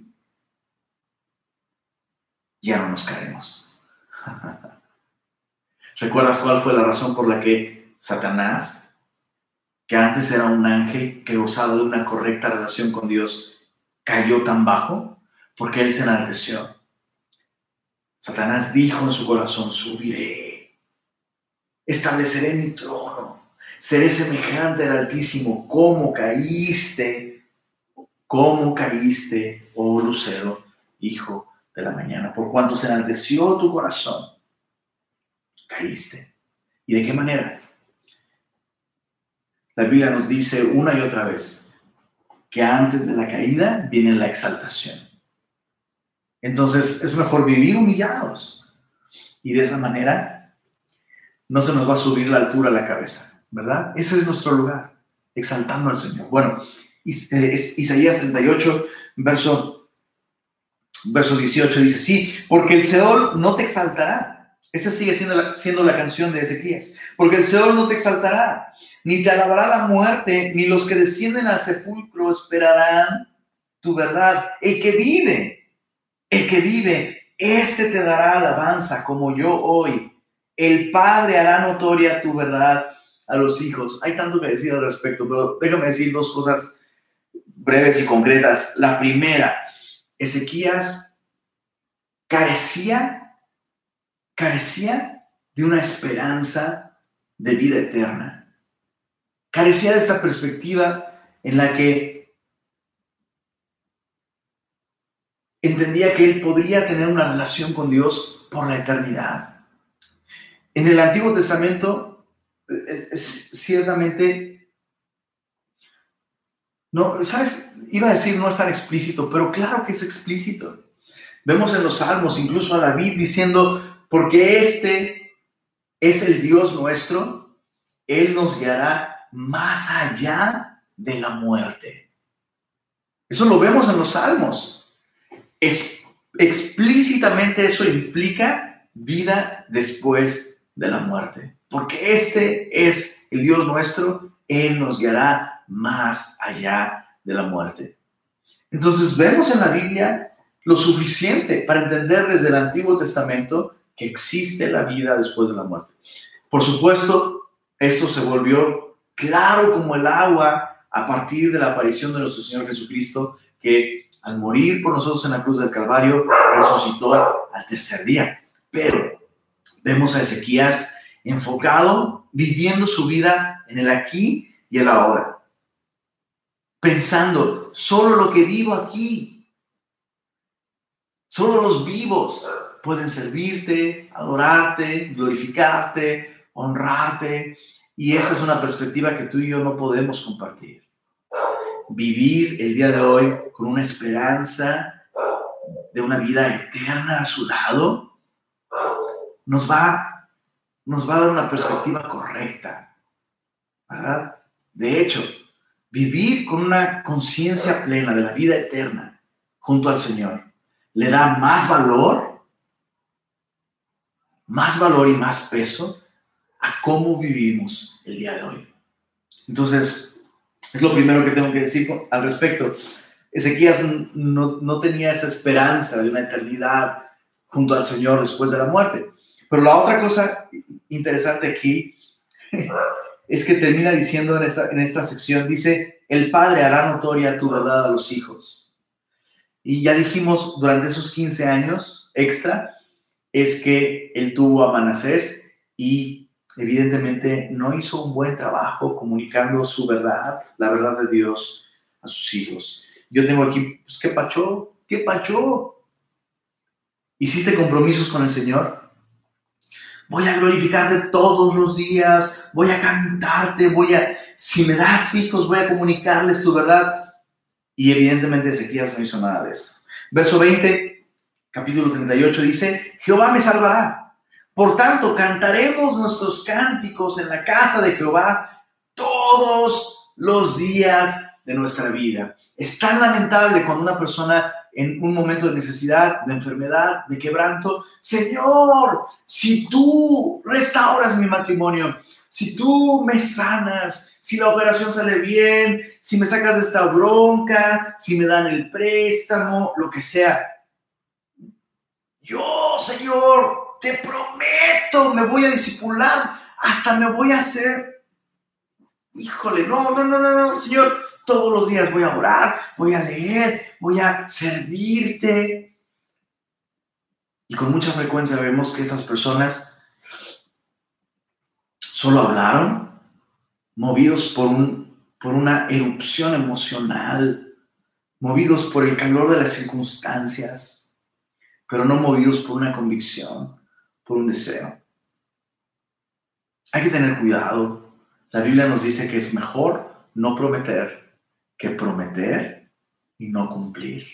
ya no nos caemos. ¿Recuerdas cuál fue la razón por la que Satanás, que antes era un ángel que gozaba de una correcta relación con Dios, cayó tan bajo? Porque él se enalteció. Satanás dijo en su corazón, subiré, estableceré mi trono, seré semejante al Altísimo. ¿Cómo caíste? ¿Cómo caíste, oh lucero, hijo de la mañana? Por cuanto se enalteció tu corazón, caíste. ¿Y de qué manera? La Biblia nos dice una y otra vez que antes de la caída viene la exaltación. Entonces es mejor vivir humillados y de esa manera no se nos va a subir la altura a la cabeza, ¿verdad? Ese es nuestro lugar, exaltando al Señor. Bueno, es Isaías treinta y ocho, verso Verso dieciocho dice, sí, porque el Seol no te exaltará. Esta sigue siendo la, siendo la canción de Ezequías. Porque el Seol no te exaltará, ni te alabará la muerte, ni los que descienden al sepulcro esperarán tu verdad. El que vive, el que vive, este te dará alabanza como yo hoy. El Padre hará notoria tu verdad a los hijos. Hay tanto que decir al respecto, pero déjame decir dos cosas breves y concretas. La primera, Ezequías carecía, carecía de una esperanza de vida eterna. Carecía de esta perspectiva en la que entendía que él podría tener una relación con Dios por la eternidad. En el Antiguo Testamento, es, es, ciertamente, no, ¿sabes? Iba a decir no es tan explícito, pero claro que es explícito. Vemos en los Salmos incluso a David diciendo, porque este es el Dios nuestro, Él nos guiará más allá de la muerte. Eso lo vemos en los Salmos. Es, explícitamente eso implica vida después de la muerte. Porque este es el Dios nuestro, Él nos guiará más allá de la muerte. Entonces vemos en la Biblia lo suficiente para entender desde el Antiguo Testamento que existe la vida después de la muerte. Por supuesto, esto se volvió claro como el agua a partir de la aparición de nuestro Señor Jesucristo, que al morir por nosotros en la cruz del Calvario, resucitó al tercer día. Pero vemos a Ezequías enfocado, viviendo su vida en el aquí y el ahora, pensando, solo lo que vivo aquí, solo los vivos pueden servirte, adorarte, glorificarte, honrarte, y esa es una perspectiva que tú y yo no podemos compartir. Vivir el día de hoy con una esperanza de una vida eterna a su lado nos va, nos va a dar una perspectiva correcta, ¿verdad? De hecho, vivir con una conciencia plena de la vida eterna junto al Señor le da más valor, más valor y más peso a cómo vivimos el día de hoy. Entonces, es lo primero que tengo que decir al respecto. Ezequías no, no tenía esa esperanza de una eternidad junto al Señor después de la muerte. Pero la otra cosa interesante aquí es que termina diciendo en esta, en esta sección, dice, el Padre hará notoria tu verdad a los hijos. Y ya dijimos, durante esos quince años extra, es que él tuvo a Manasés y evidentemente no hizo un buen trabajo comunicando su verdad, la verdad de Dios a sus hijos. Yo tengo aquí, pues, ¿qué pachó? ¿Qué pachó? ¿Hiciste compromisos con el Señor? Voy a glorificarte todos los días, voy a cantarte, voy a, si me das hijos, voy a comunicarles tu verdad. Y evidentemente Ezequías no hizo nada de esto. Verso veinte, capítulo treinta y ocho dice, Jehová me salvará. Por tanto, cantaremos nuestros cánticos en la casa de Jehová todos los días de nuestra vida. Es tan lamentable cuando una persona en un momento de necesidad, de enfermedad, de quebranto, Señor, si tú restauras mi matrimonio, si tú me sanas, si la operación sale bien, si me sacas de esta bronca, si me dan el préstamo, lo que sea. Yo, Señor, te prometo, me voy a discipular, hasta me voy a hacer, híjole, no, no, no, no, no, Señor, todos los días voy a orar, voy a leer, voy a servirte. Y con mucha frecuencia vemos que estas personas solo hablaron, movidos por, un, por una erupción emocional, movidos por el calor de las circunstancias, pero no movidos por una convicción, por un deseo. Hay que tener cuidado. La Biblia nos dice que es mejor no prometer que prometer y no cumplir.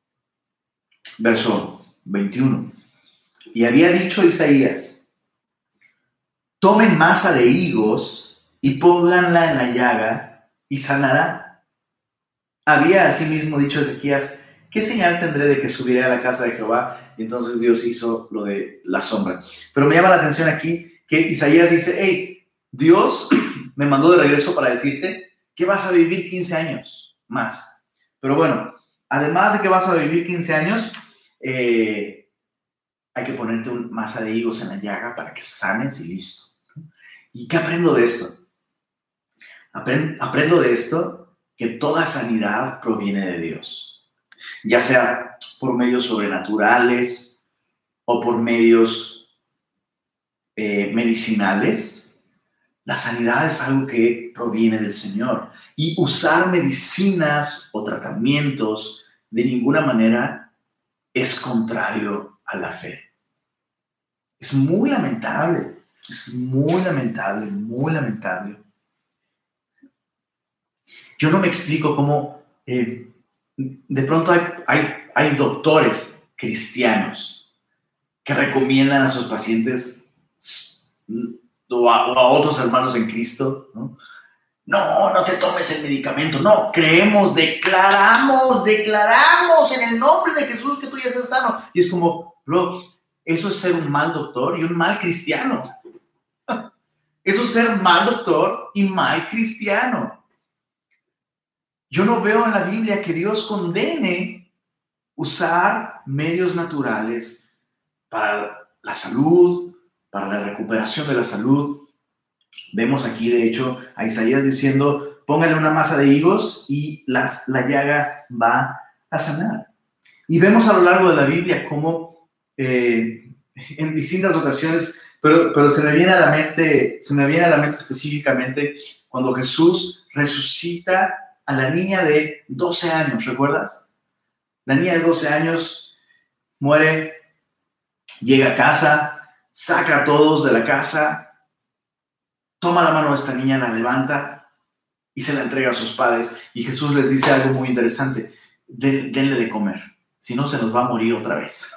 Verso veintiuno. Y había dicho Isaías, tomen masa de higos y pónganla en la llaga y sanará. Había asimismo dicho Ezequías, ¿qué señal tendré de que subiré a la casa de Jehová? Y entonces Dios hizo lo de la sombra. Pero me llama la atención aquí que Isaías dice, hey, Dios me mandó de regreso para decirte que vas a vivir quince años más. Pero bueno, además de que vas a vivir quince años, eh, hay que ponerte una masa de higos en la llaga para que sanes y listo. ¿Y qué aprendo de esto? Aprend, aprendo de esto que toda sanidad proviene de Dios, ya sea por medios sobrenaturales o por medios eh, medicinales. La sanidad es algo que proviene del Señor. Y usar medicinas o tratamientos de ninguna manera es contrario a la fe. Es muy lamentable, es muy lamentable, muy lamentable. Yo no me explico cómo eh, de pronto hay, hay, hay doctores cristianos que recomiendan a sus pacientes o a, o a otros hermanos en Cristo, ¿no? No, no te tomes el medicamento. No, creemos, declaramos, declaramos en el nombre de Jesús que tú ya estás sano. Y es como, bro, eso es ser un mal doctor y un mal cristiano. Eso es ser mal doctor y mal cristiano. Yo no veo en la Biblia que Dios condene usar medios naturales para la salud, para la recuperación de la salud. Vemos aquí, de hecho, a Isaías diciendo, póngale una masa de higos y las, la llaga va a sanar. Y vemos a lo largo de la Biblia cómo eh, en distintas ocasiones, pero, pero se me viene a la mente, se me viene a la mente específicamente cuando Jesús resucita a la niña de doce años, ¿recuerdas? La niña de doce años muere, llega a casa, saca a todos de la casa, toma la mano de esta niña, la levanta y se la entrega a sus padres. Y Jesús les dice algo muy interesante, denle de comer, si no se nos va a morir otra vez.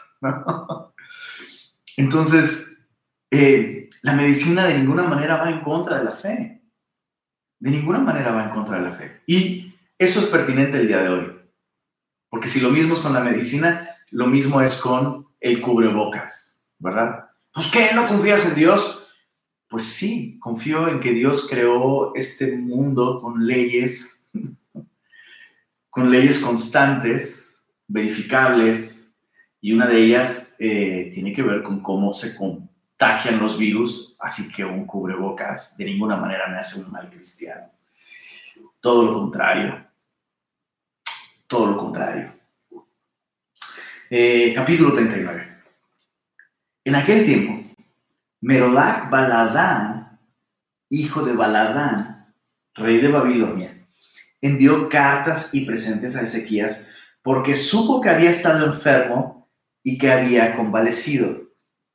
Entonces, eh, la medicina de ninguna manera va en contra de la fe. De ninguna manera va en contra de la fe. Y eso es pertinente el día de hoy. Porque si lo mismo es con la medicina, lo mismo es con el cubrebocas, ¿verdad? Pues, ¿qué? ¿No confías en Dios? Pues sí, confío en que Dios creó este mundo con leyes, con leyes constantes, verificables, y una de ellas eh, tiene que ver con cómo se contagian los virus, así que un cubrebocas de ninguna manera me hace un mal cristiano. Todo lo contrario. Todo lo contrario. Eh, capítulo treinta y nueve. En aquel tiempo, Merodach Baladán, hijo de Baladán, rey de Babilonia, envió cartas y presentes a Ezequías porque supo que había estado enfermo y que había convalecido.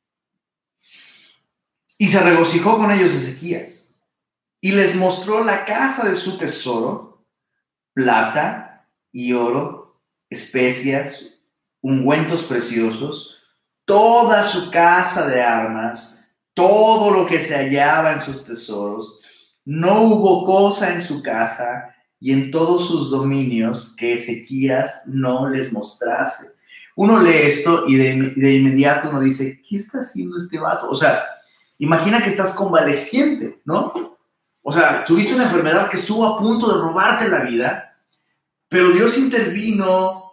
Y se regocijó con ellos Ezequías y les mostró la casa de su tesoro, plata y oro, especias, ungüentos preciosos, toda su casa de armas, todo lo que se hallaba en sus tesoros. No hubo cosa en su casa y en todos sus dominios que Ezequías no les mostrase. Uno lee esto y de, de inmediato uno dice, ¿qué está haciendo este vato? O sea, imagina que estás convaleciente, ¿no? O sea, tuviste una enfermedad que estuvo a punto de robarte la vida, pero Dios intervino,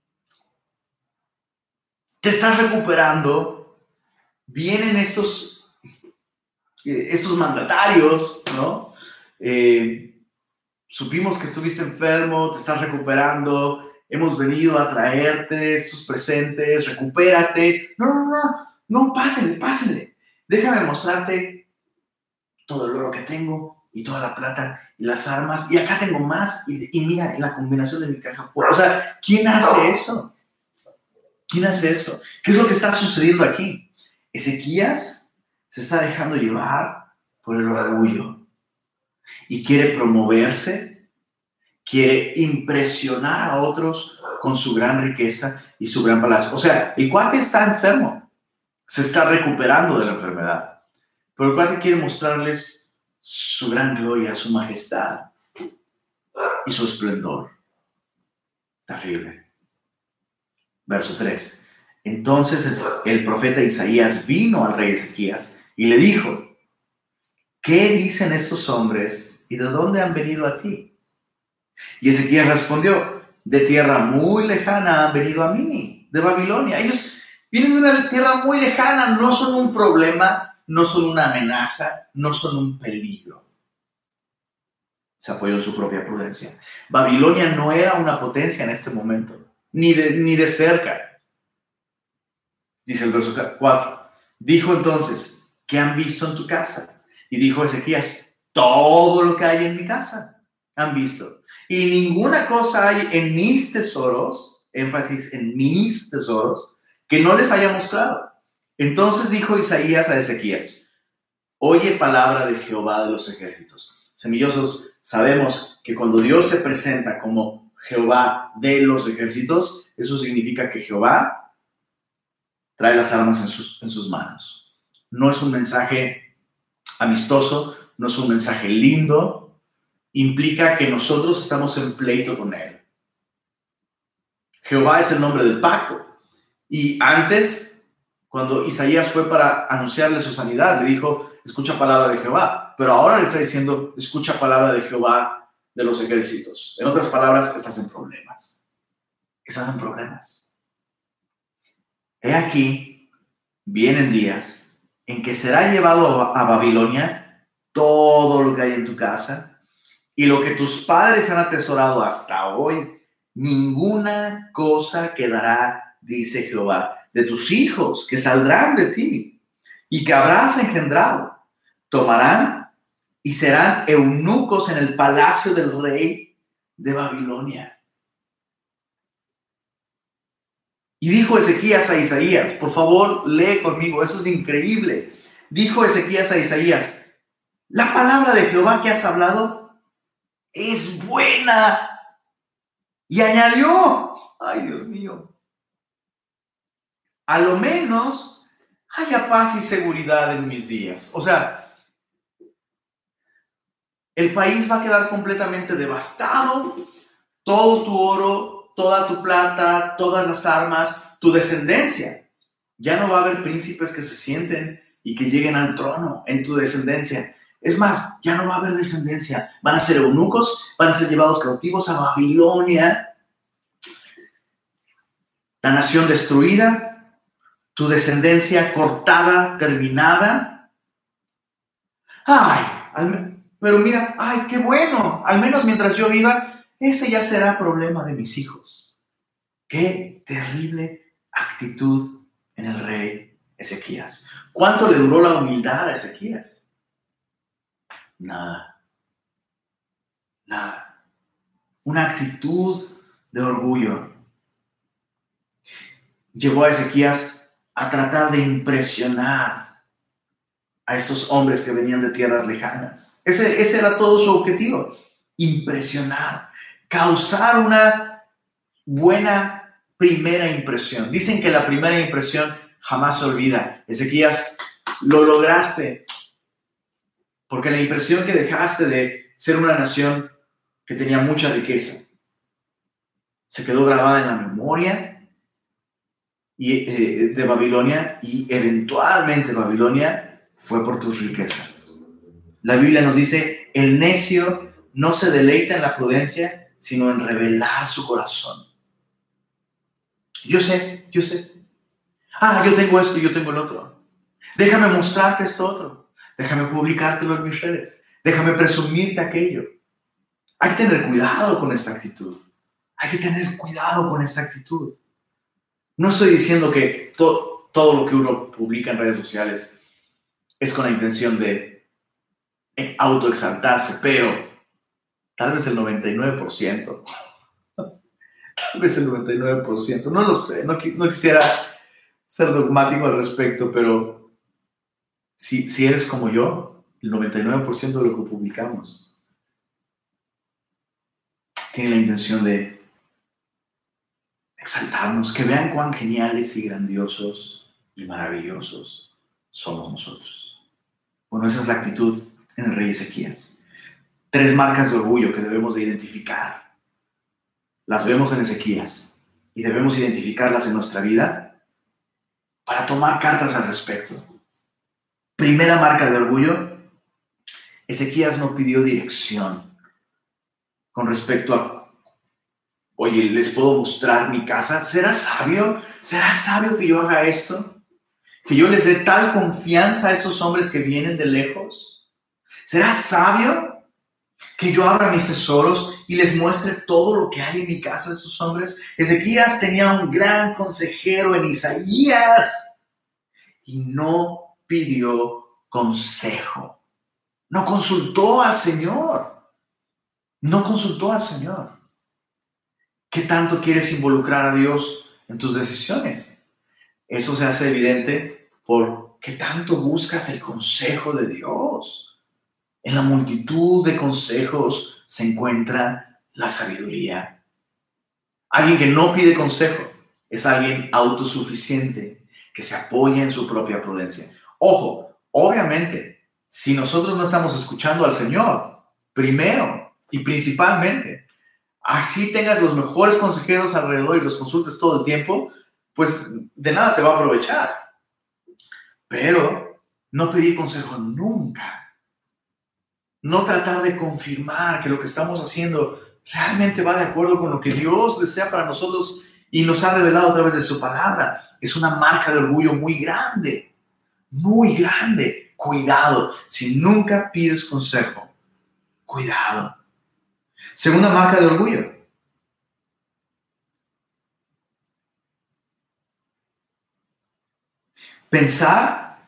te estás recuperando, vienen estos, eh, estos mandatarios, ¿no? Eh, supimos que estuviste enfermo, te estás recuperando, hemos venido a traerte estos presentes, recupérate. No, no, no, no, pásenle, pásenle. Déjame mostrarte todo el oro que tengo y toda la plata y las armas. Y acá tengo más. Y, y mira, la combinación de mi caja fuerte. O sea, ¿quién hace eso? ¿Quién hace eso? ¿Qué es lo que está sucediendo aquí? Ezequías se está dejando llevar por el orgullo y quiere promoverse, quiere impresionar a otros con su gran riqueza y su gran palacio. O sea, el cuate está enfermo, se está recuperando de la enfermedad, pero el cuate quiere mostrarles su gran gloria, su majestad y su esplendor. Terrible. Verso tres. Entonces el profeta Isaías vino al rey Ezequías y le dijo, ¿qué dicen estos hombres y de dónde han venido a ti? Y Ezequías respondió, de tierra muy lejana han venido a mí, de Babilonia. Ellos vienen de una tierra muy lejana, no son un problema, no son una amenaza, no son un peligro. Se apoyó en su propia prudencia. Babilonia no era una potencia en este momento, ni de, ni de cerca. Dice el verso cuatro. Dijo entonces, ¿qué han visto en tu casa? Y dijo Ezequías, todo lo que hay en mi casa han visto. Y ninguna cosa hay en mis tesoros, énfasis en mis tesoros, que no les haya mostrado. Entonces dijo Isaías a Ezequías, oye palabra de Jehová de los ejércitos. Semillosos, sabemos que cuando Dios se presenta como Jehová de los ejércitos, eso significa que Jehová trae las armas en sus, en sus manos. No es un mensaje amistoso, no es un mensaje lindo, implica que nosotros estamos en pleito con Él. Jehová es el nombre del pacto. Y antes, cuando Isaías fue para anunciarle su sanidad, le dijo, escucha palabra de Jehová. Pero ahora le está diciendo, escucha palabra de Jehová de los ejércitos. En otras palabras, estás en problemas. Estás en problemas. He aquí, vienen días en que será llevado a Babilonia todo lo que hay en tu casa y lo que tus padres han atesorado hasta hoy, ninguna cosa quedará, dice Jehová, de tus hijos que saldrán de ti y que habrás engendrado. Tomarán y serán eunucos en el palacio del rey de Babilonia. Y dijo Ezequías a Isaías, por favor, lee conmigo, eso es increíble. Dijo Ezequías a Isaías, la palabra de Jehová que has hablado es buena. Y añadió, ay Dios mío, a lo menos haya paz y seguridad en mis días. O sea, el país va a quedar completamente devastado, todo tu oro, toda tu plata, todas las armas, tu descendencia. Ya no va a haber príncipes que se sienten y que lleguen al trono en tu descendencia. Es más, ya no va a haber descendencia. Van a ser eunucos, van a ser llevados cautivos a Babilonia. La nación destruida, tu descendencia cortada, terminada. Ay, al, pero mira, ay, qué bueno. Al menos mientras yo viva, ese ya será problema de mis hijos. Qué terrible actitud en el rey Ezequías. ¿Cuánto le duró la humildad a Ezequías? Nada. Nada. Una actitud de orgullo llevó a Ezequías a tratar de impresionar a esos hombres que venían de tierras lejanas. Ese, ese era todo su objetivo. Impresionar. Causar una buena primera impresión. Dicen que la primera impresión jamás se olvida. Ezequías, lo lograste. Porque la impresión que dejaste de ser una nación que tenía mucha riqueza se quedó grabada en la memoria y, eh, de Babilonia, y eventualmente Babilonia fue por tus riquezas. La Biblia nos dice, el necio no se deleita en la prudencia, sino en revelar su corazón. Yo sé, yo sé. Ah, yo tengo esto y yo tengo el otro. Déjame mostrarte esto otro. Déjame publicártelo en mis redes. Déjame presumirte aquello. Hay que tener cuidado con esta actitud. Hay que tener cuidado con esta actitud. No estoy diciendo que to- todo lo que uno publica en redes sociales es con la intención de autoexaltarse, pero tal vez el noventa y nueve por ciento. Tal vez el noventa y nueve por ciento. No lo sé. No, no quisiera ser dogmático al respecto, pero si, si eres como yo, el noventa y nueve por ciento de lo que publicamos tiene la intención de exaltarnos, que vean cuán geniales y grandiosos y maravillosos somos nosotros. Bueno, esa es la actitud en el rey Ezequías. Tres marcas de orgullo que debemos de identificar. Las vemos en Ezequías y debemos identificarlas en nuestra vida para tomar cartas al respecto. Primera marca de orgullo, Ezequías no pidió dirección con respecto a, oye, ¿les puedo mostrar mi casa? ¿Será sabio? ¿Será sabio que yo haga esto? ¿Que yo les dé tal confianza a esos hombres que vienen de lejos? ¿Será sabio que yo abra mis tesoros y les muestre todo lo que hay en mi casa a esos hombres? Ezequías tenía un gran consejero en Isaías y no pidió consejo. No consultó al Señor. No consultó al Señor. ¿Qué tanto quieres involucrar a Dios en tus decisiones? Eso se hace evidente por qué tanto buscas el consejo de Dios. En la multitud de consejos se encuentra la sabiduría. Alguien que no pide consejo es alguien autosuficiente, que se apoya en su propia prudencia. Ojo, obviamente, si nosotros no estamos escuchando al Señor, primero y principalmente, así tengas los mejores consejeros alrededor y los consultes todo el tiempo, pues de nada te va a aprovechar. Pero no pedir consejo nunca. No tratar de confirmar que lo que estamos haciendo realmente va de acuerdo con lo que Dios desea para nosotros y nos ha revelado a través de su palabra. Es una marca de orgullo muy grande, muy grande. cuidado. Si nunca pides consejo, cuidado. Segunda marca de orgullo. Pensar,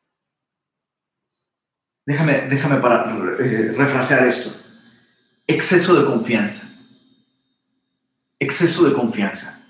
déjame, déjame para eh, refrasear esto. Exceso de confianza. Exceso de confianza.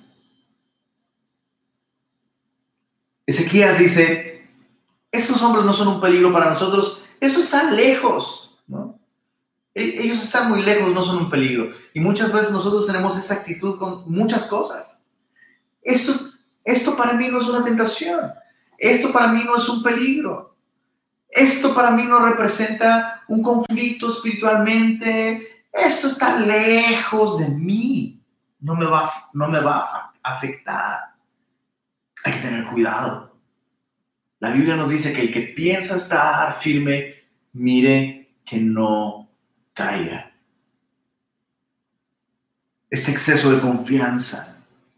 Ezequías dice, esos hombres no son un peligro para nosotros, eso está lejos, ¿no? Ellos están muy lejos, no son un peligro. Y muchas veces nosotros tenemos esa actitud con muchas cosas. Esto, es, esto para mí no es una tentación. Esto para mí no es un peligro. Esto para mí no representa un conflicto espiritualmente. Esto está lejos de mí. No me va, no me va a afectar. Hay que tener cuidado. La Biblia nos dice que el que piensa estar firme, mire que no caiga. Este exceso de confianza.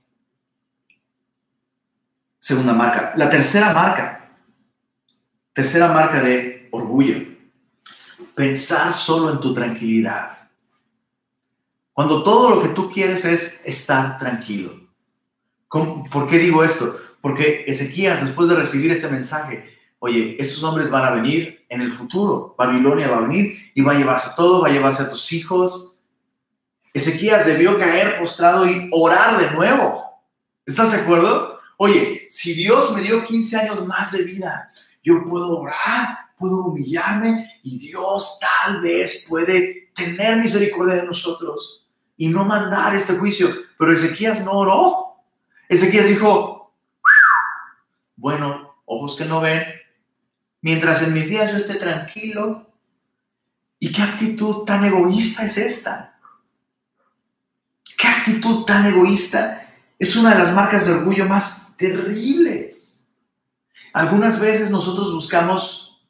Segunda marca. La tercera marca. Tercera marca de orgullo. Pensar solo en tu tranquilidad. Cuando todo lo que tú quieres es estar tranquilo. ¿Cómo? ¿Por qué digo esto? Porque Ezequías, después de recibir este mensaje, oye, estos hombres van a venir en el futuro. Babilonia va a venir y va a llevarse todo, va a llevarse a tus hijos. Ezequías debió caer postrado y orar de nuevo. ¿Estás de acuerdo? Oye, si Dios me dio quince años más de vida, yo puedo orar, puedo humillarme y Dios tal vez puede tener misericordia de nosotros y no mandar este juicio. Pero Ezequías no oró. Ezequías dijo, bueno, ojos que no ven, mientras en mis días yo esté tranquilo. ¿Y qué actitud tan egoísta es esta? ¿Qué actitud tan egoísta? Es una de las marcas de orgullo más terribles. Algunas veces nosotros buscamos,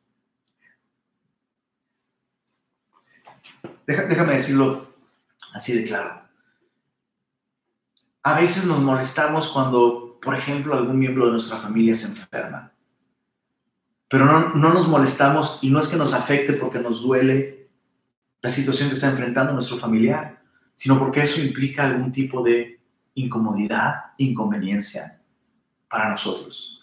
Deja, déjame decirlo así de claro. A veces nos molestamos cuando, por ejemplo, algún miembro de nuestra familia se enferma. Pero no, no nos molestamos y no es que nos afecte porque nos duele la situación que está enfrentando nuestro familiar, sino porque eso implica algún tipo de incomodidad, inconveniencia para nosotros.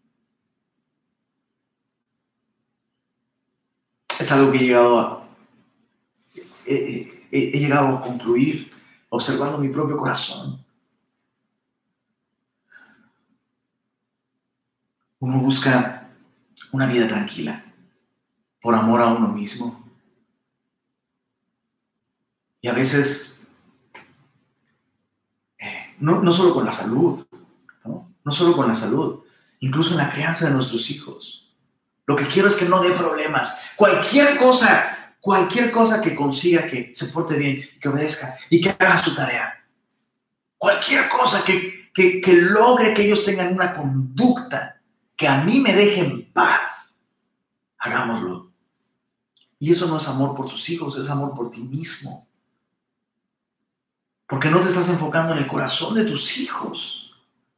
Es algo que he llegado a, he, he, he llegado a concluir observando mi propio corazón. Uno busca una vida tranquila por amor a uno mismo. Y a veces, eh, no, no solo con la salud, ¿no? No solo con la salud, incluso en la crianza de nuestros hijos. Lo que quiero es que no dé problemas. Cualquier cosa, cualquier cosa que consiga que se porte bien, que obedezca y que haga su tarea. Cualquier cosa que, que, que logre que ellos tengan una conducta que a mí me deje en paz, hagámoslo. Y eso no es amor por tus hijos, es amor por ti mismo. Porque no te estás enfocando en el corazón de tus hijos.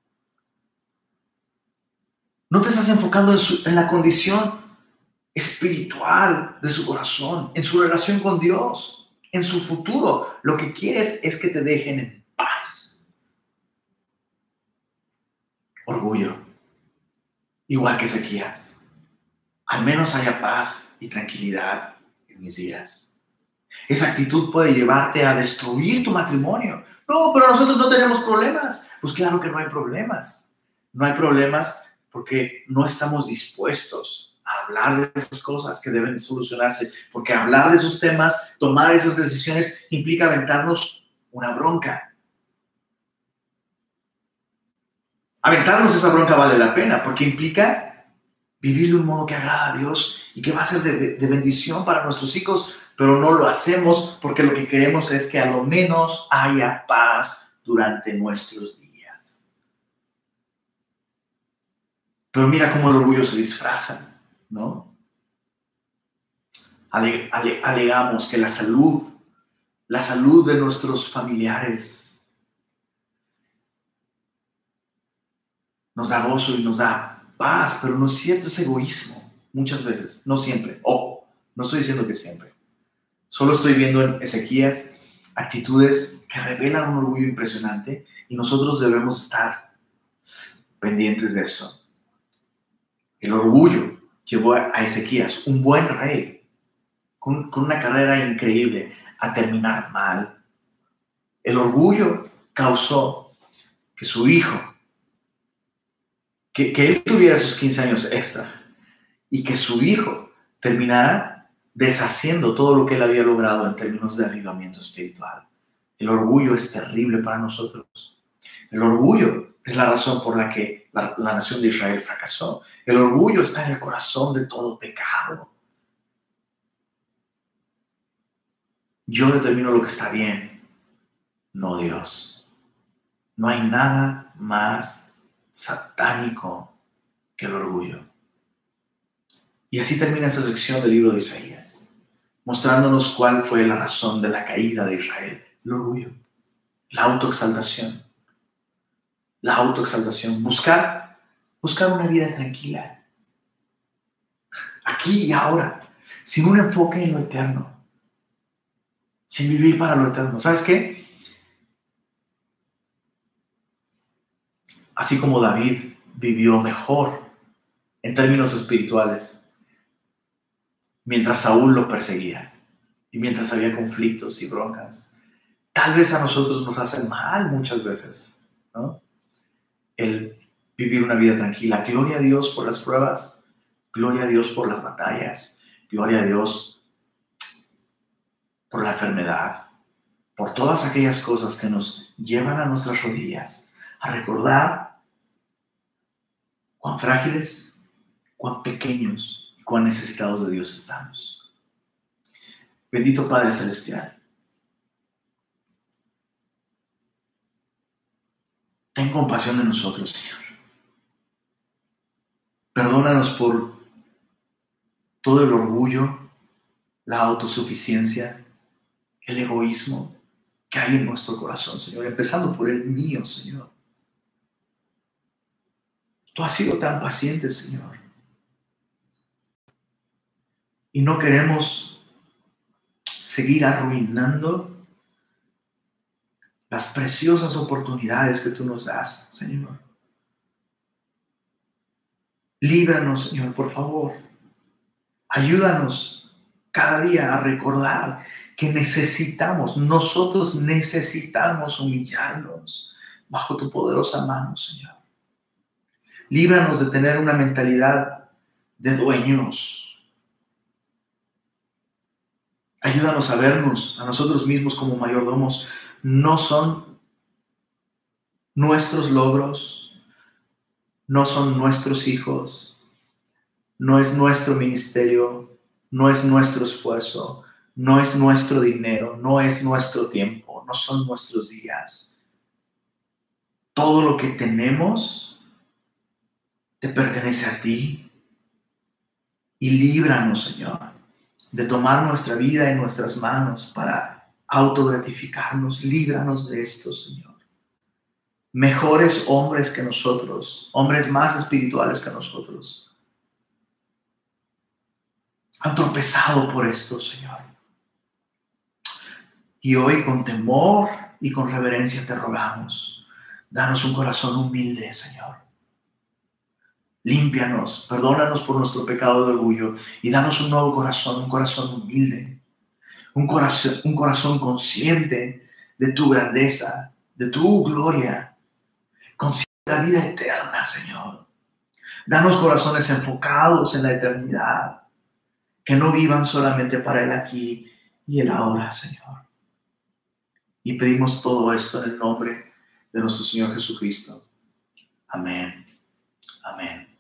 No te estás enfocando en, su, en la condición espiritual de su corazón, en su relación con Dios, en su futuro. Lo que quieres es que te dejen en paz. Orgullo. Igual que Ezequías. Al menos haya paz y tranquilidad en mis días. Esa actitud puede llevarte a destruir tu matrimonio. No, pero nosotros no tenemos problemas. Pues claro que no hay problemas. No hay problemas porque no estamos dispuestos a hablar de esas cosas que deben solucionarse. Porque hablar de esos temas, tomar esas decisiones, implica aventarnos una bronca. Aventarnos esa bronca vale la pena porque implica vivir de un modo que agrada a Dios y que va a ser de, de bendición para nuestros hijos, pero no lo hacemos porque lo que queremos es que a lo menos haya paz durante nuestros días. Pero mira cómo el orgullo se disfraza, ¿no? Ale, ale, alegamos que la salud, la salud de nuestros familiares nos da gozo y nos da paz, pero no es cierto, es egoísmo. muchas veces, no siempre. Ojo, no estoy diciendo que siempre. Solo estoy viendo en Ezequías actitudes que revelan un orgullo impresionante y nosotros debemos estar pendientes de eso. El orgullo llevó a Ezequías, un buen rey, con, con una carrera increíble, a terminar mal. El orgullo causó que su hijo, que, que él tuviera sus quince años extra y que su hijo terminara deshaciendo todo lo que él había logrado en términos de avivamiento espiritual. El orgullo es terrible para nosotros. El orgullo es la razón por la que la, la nación de Israel fracasó. El orgullo está en el corazón de todo pecado. Yo determino lo que está bien, no Dios. No hay nada más satánico que el orgullo. Y así termina esta sección del libro de Isaías, mostrándonos cuál fue la razón de la caída de Israel. El orgullo, la autoexaltación. La autoexaltación, buscar, buscar una vida tranquila, aquí y ahora, sin un enfoque en lo eterno, sin vivir para lo eterno. ¿Sabes qué? Así como David vivió mejor en términos espirituales, mientras Saúl lo perseguía y mientras había conflictos y broncas, tal vez a nosotros nos hacen mal muchas veces, ¿no? El vivir una vida tranquila. Gloria a Dios por las pruebas, gloria a Dios por las batallas, gloria a Dios por la enfermedad, por todas aquellas cosas que nos llevan a nuestras rodillas a recordar cuán frágiles, cuán pequeños y cuán necesitados de Dios estamos. Bendito Padre Celestial, ten compasión de nosotros, Señor. Perdónanos por todo el orgullo, la autosuficiencia, el egoísmo que hay en nuestro corazón, Señor, empezando por el mío, Señor. Tú has sido tan paciente, Señor. Y no queremos seguir arruinando las preciosas oportunidades que tú nos das, Señor. Líbranos, Señor, por favor. Ayúdanos cada día a recordar que necesitamos, nosotros necesitamos humillarnos bajo tu poderosa mano, Señor. Líbranos de tener una mentalidad de dueños. Ayúdanos a vernos a nosotros mismos como mayordomos. No son nuestros logros, no son nuestros hijos, no es nuestro ministerio, no es nuestro esfuerzo, no es nuestro dinero, no es nuestro tiempo, no son nuestros días. Todo lo que tenemos te pertenece a ti. Y líbranos, Señor, de tomar nuestra vida en nuestras manos para autogratificarnos. Líbranos de esto, Señor. Mejores hombres que nosotros, hombres más espirituales que nosotros, han tropezado por esto, Señor. Y hoy con temor y con reverencia te rogamos, danos un corazón humilde, Señor. Límpianos, perdónanos por nuestro pecado de orgullo y danos un nuevo corazón, un corazón humilde, un corazón, un corazón consciente de tu grandeza, de tu gloria, consciente de la vida eterna, Señor. Danos corazones enfocados en la eternidad, que no vivan solamente para el aquí y el ahora, Señor. Y pedimos todo esto en el nombre de nuestro Señor Jesucristo. Amén. Amén.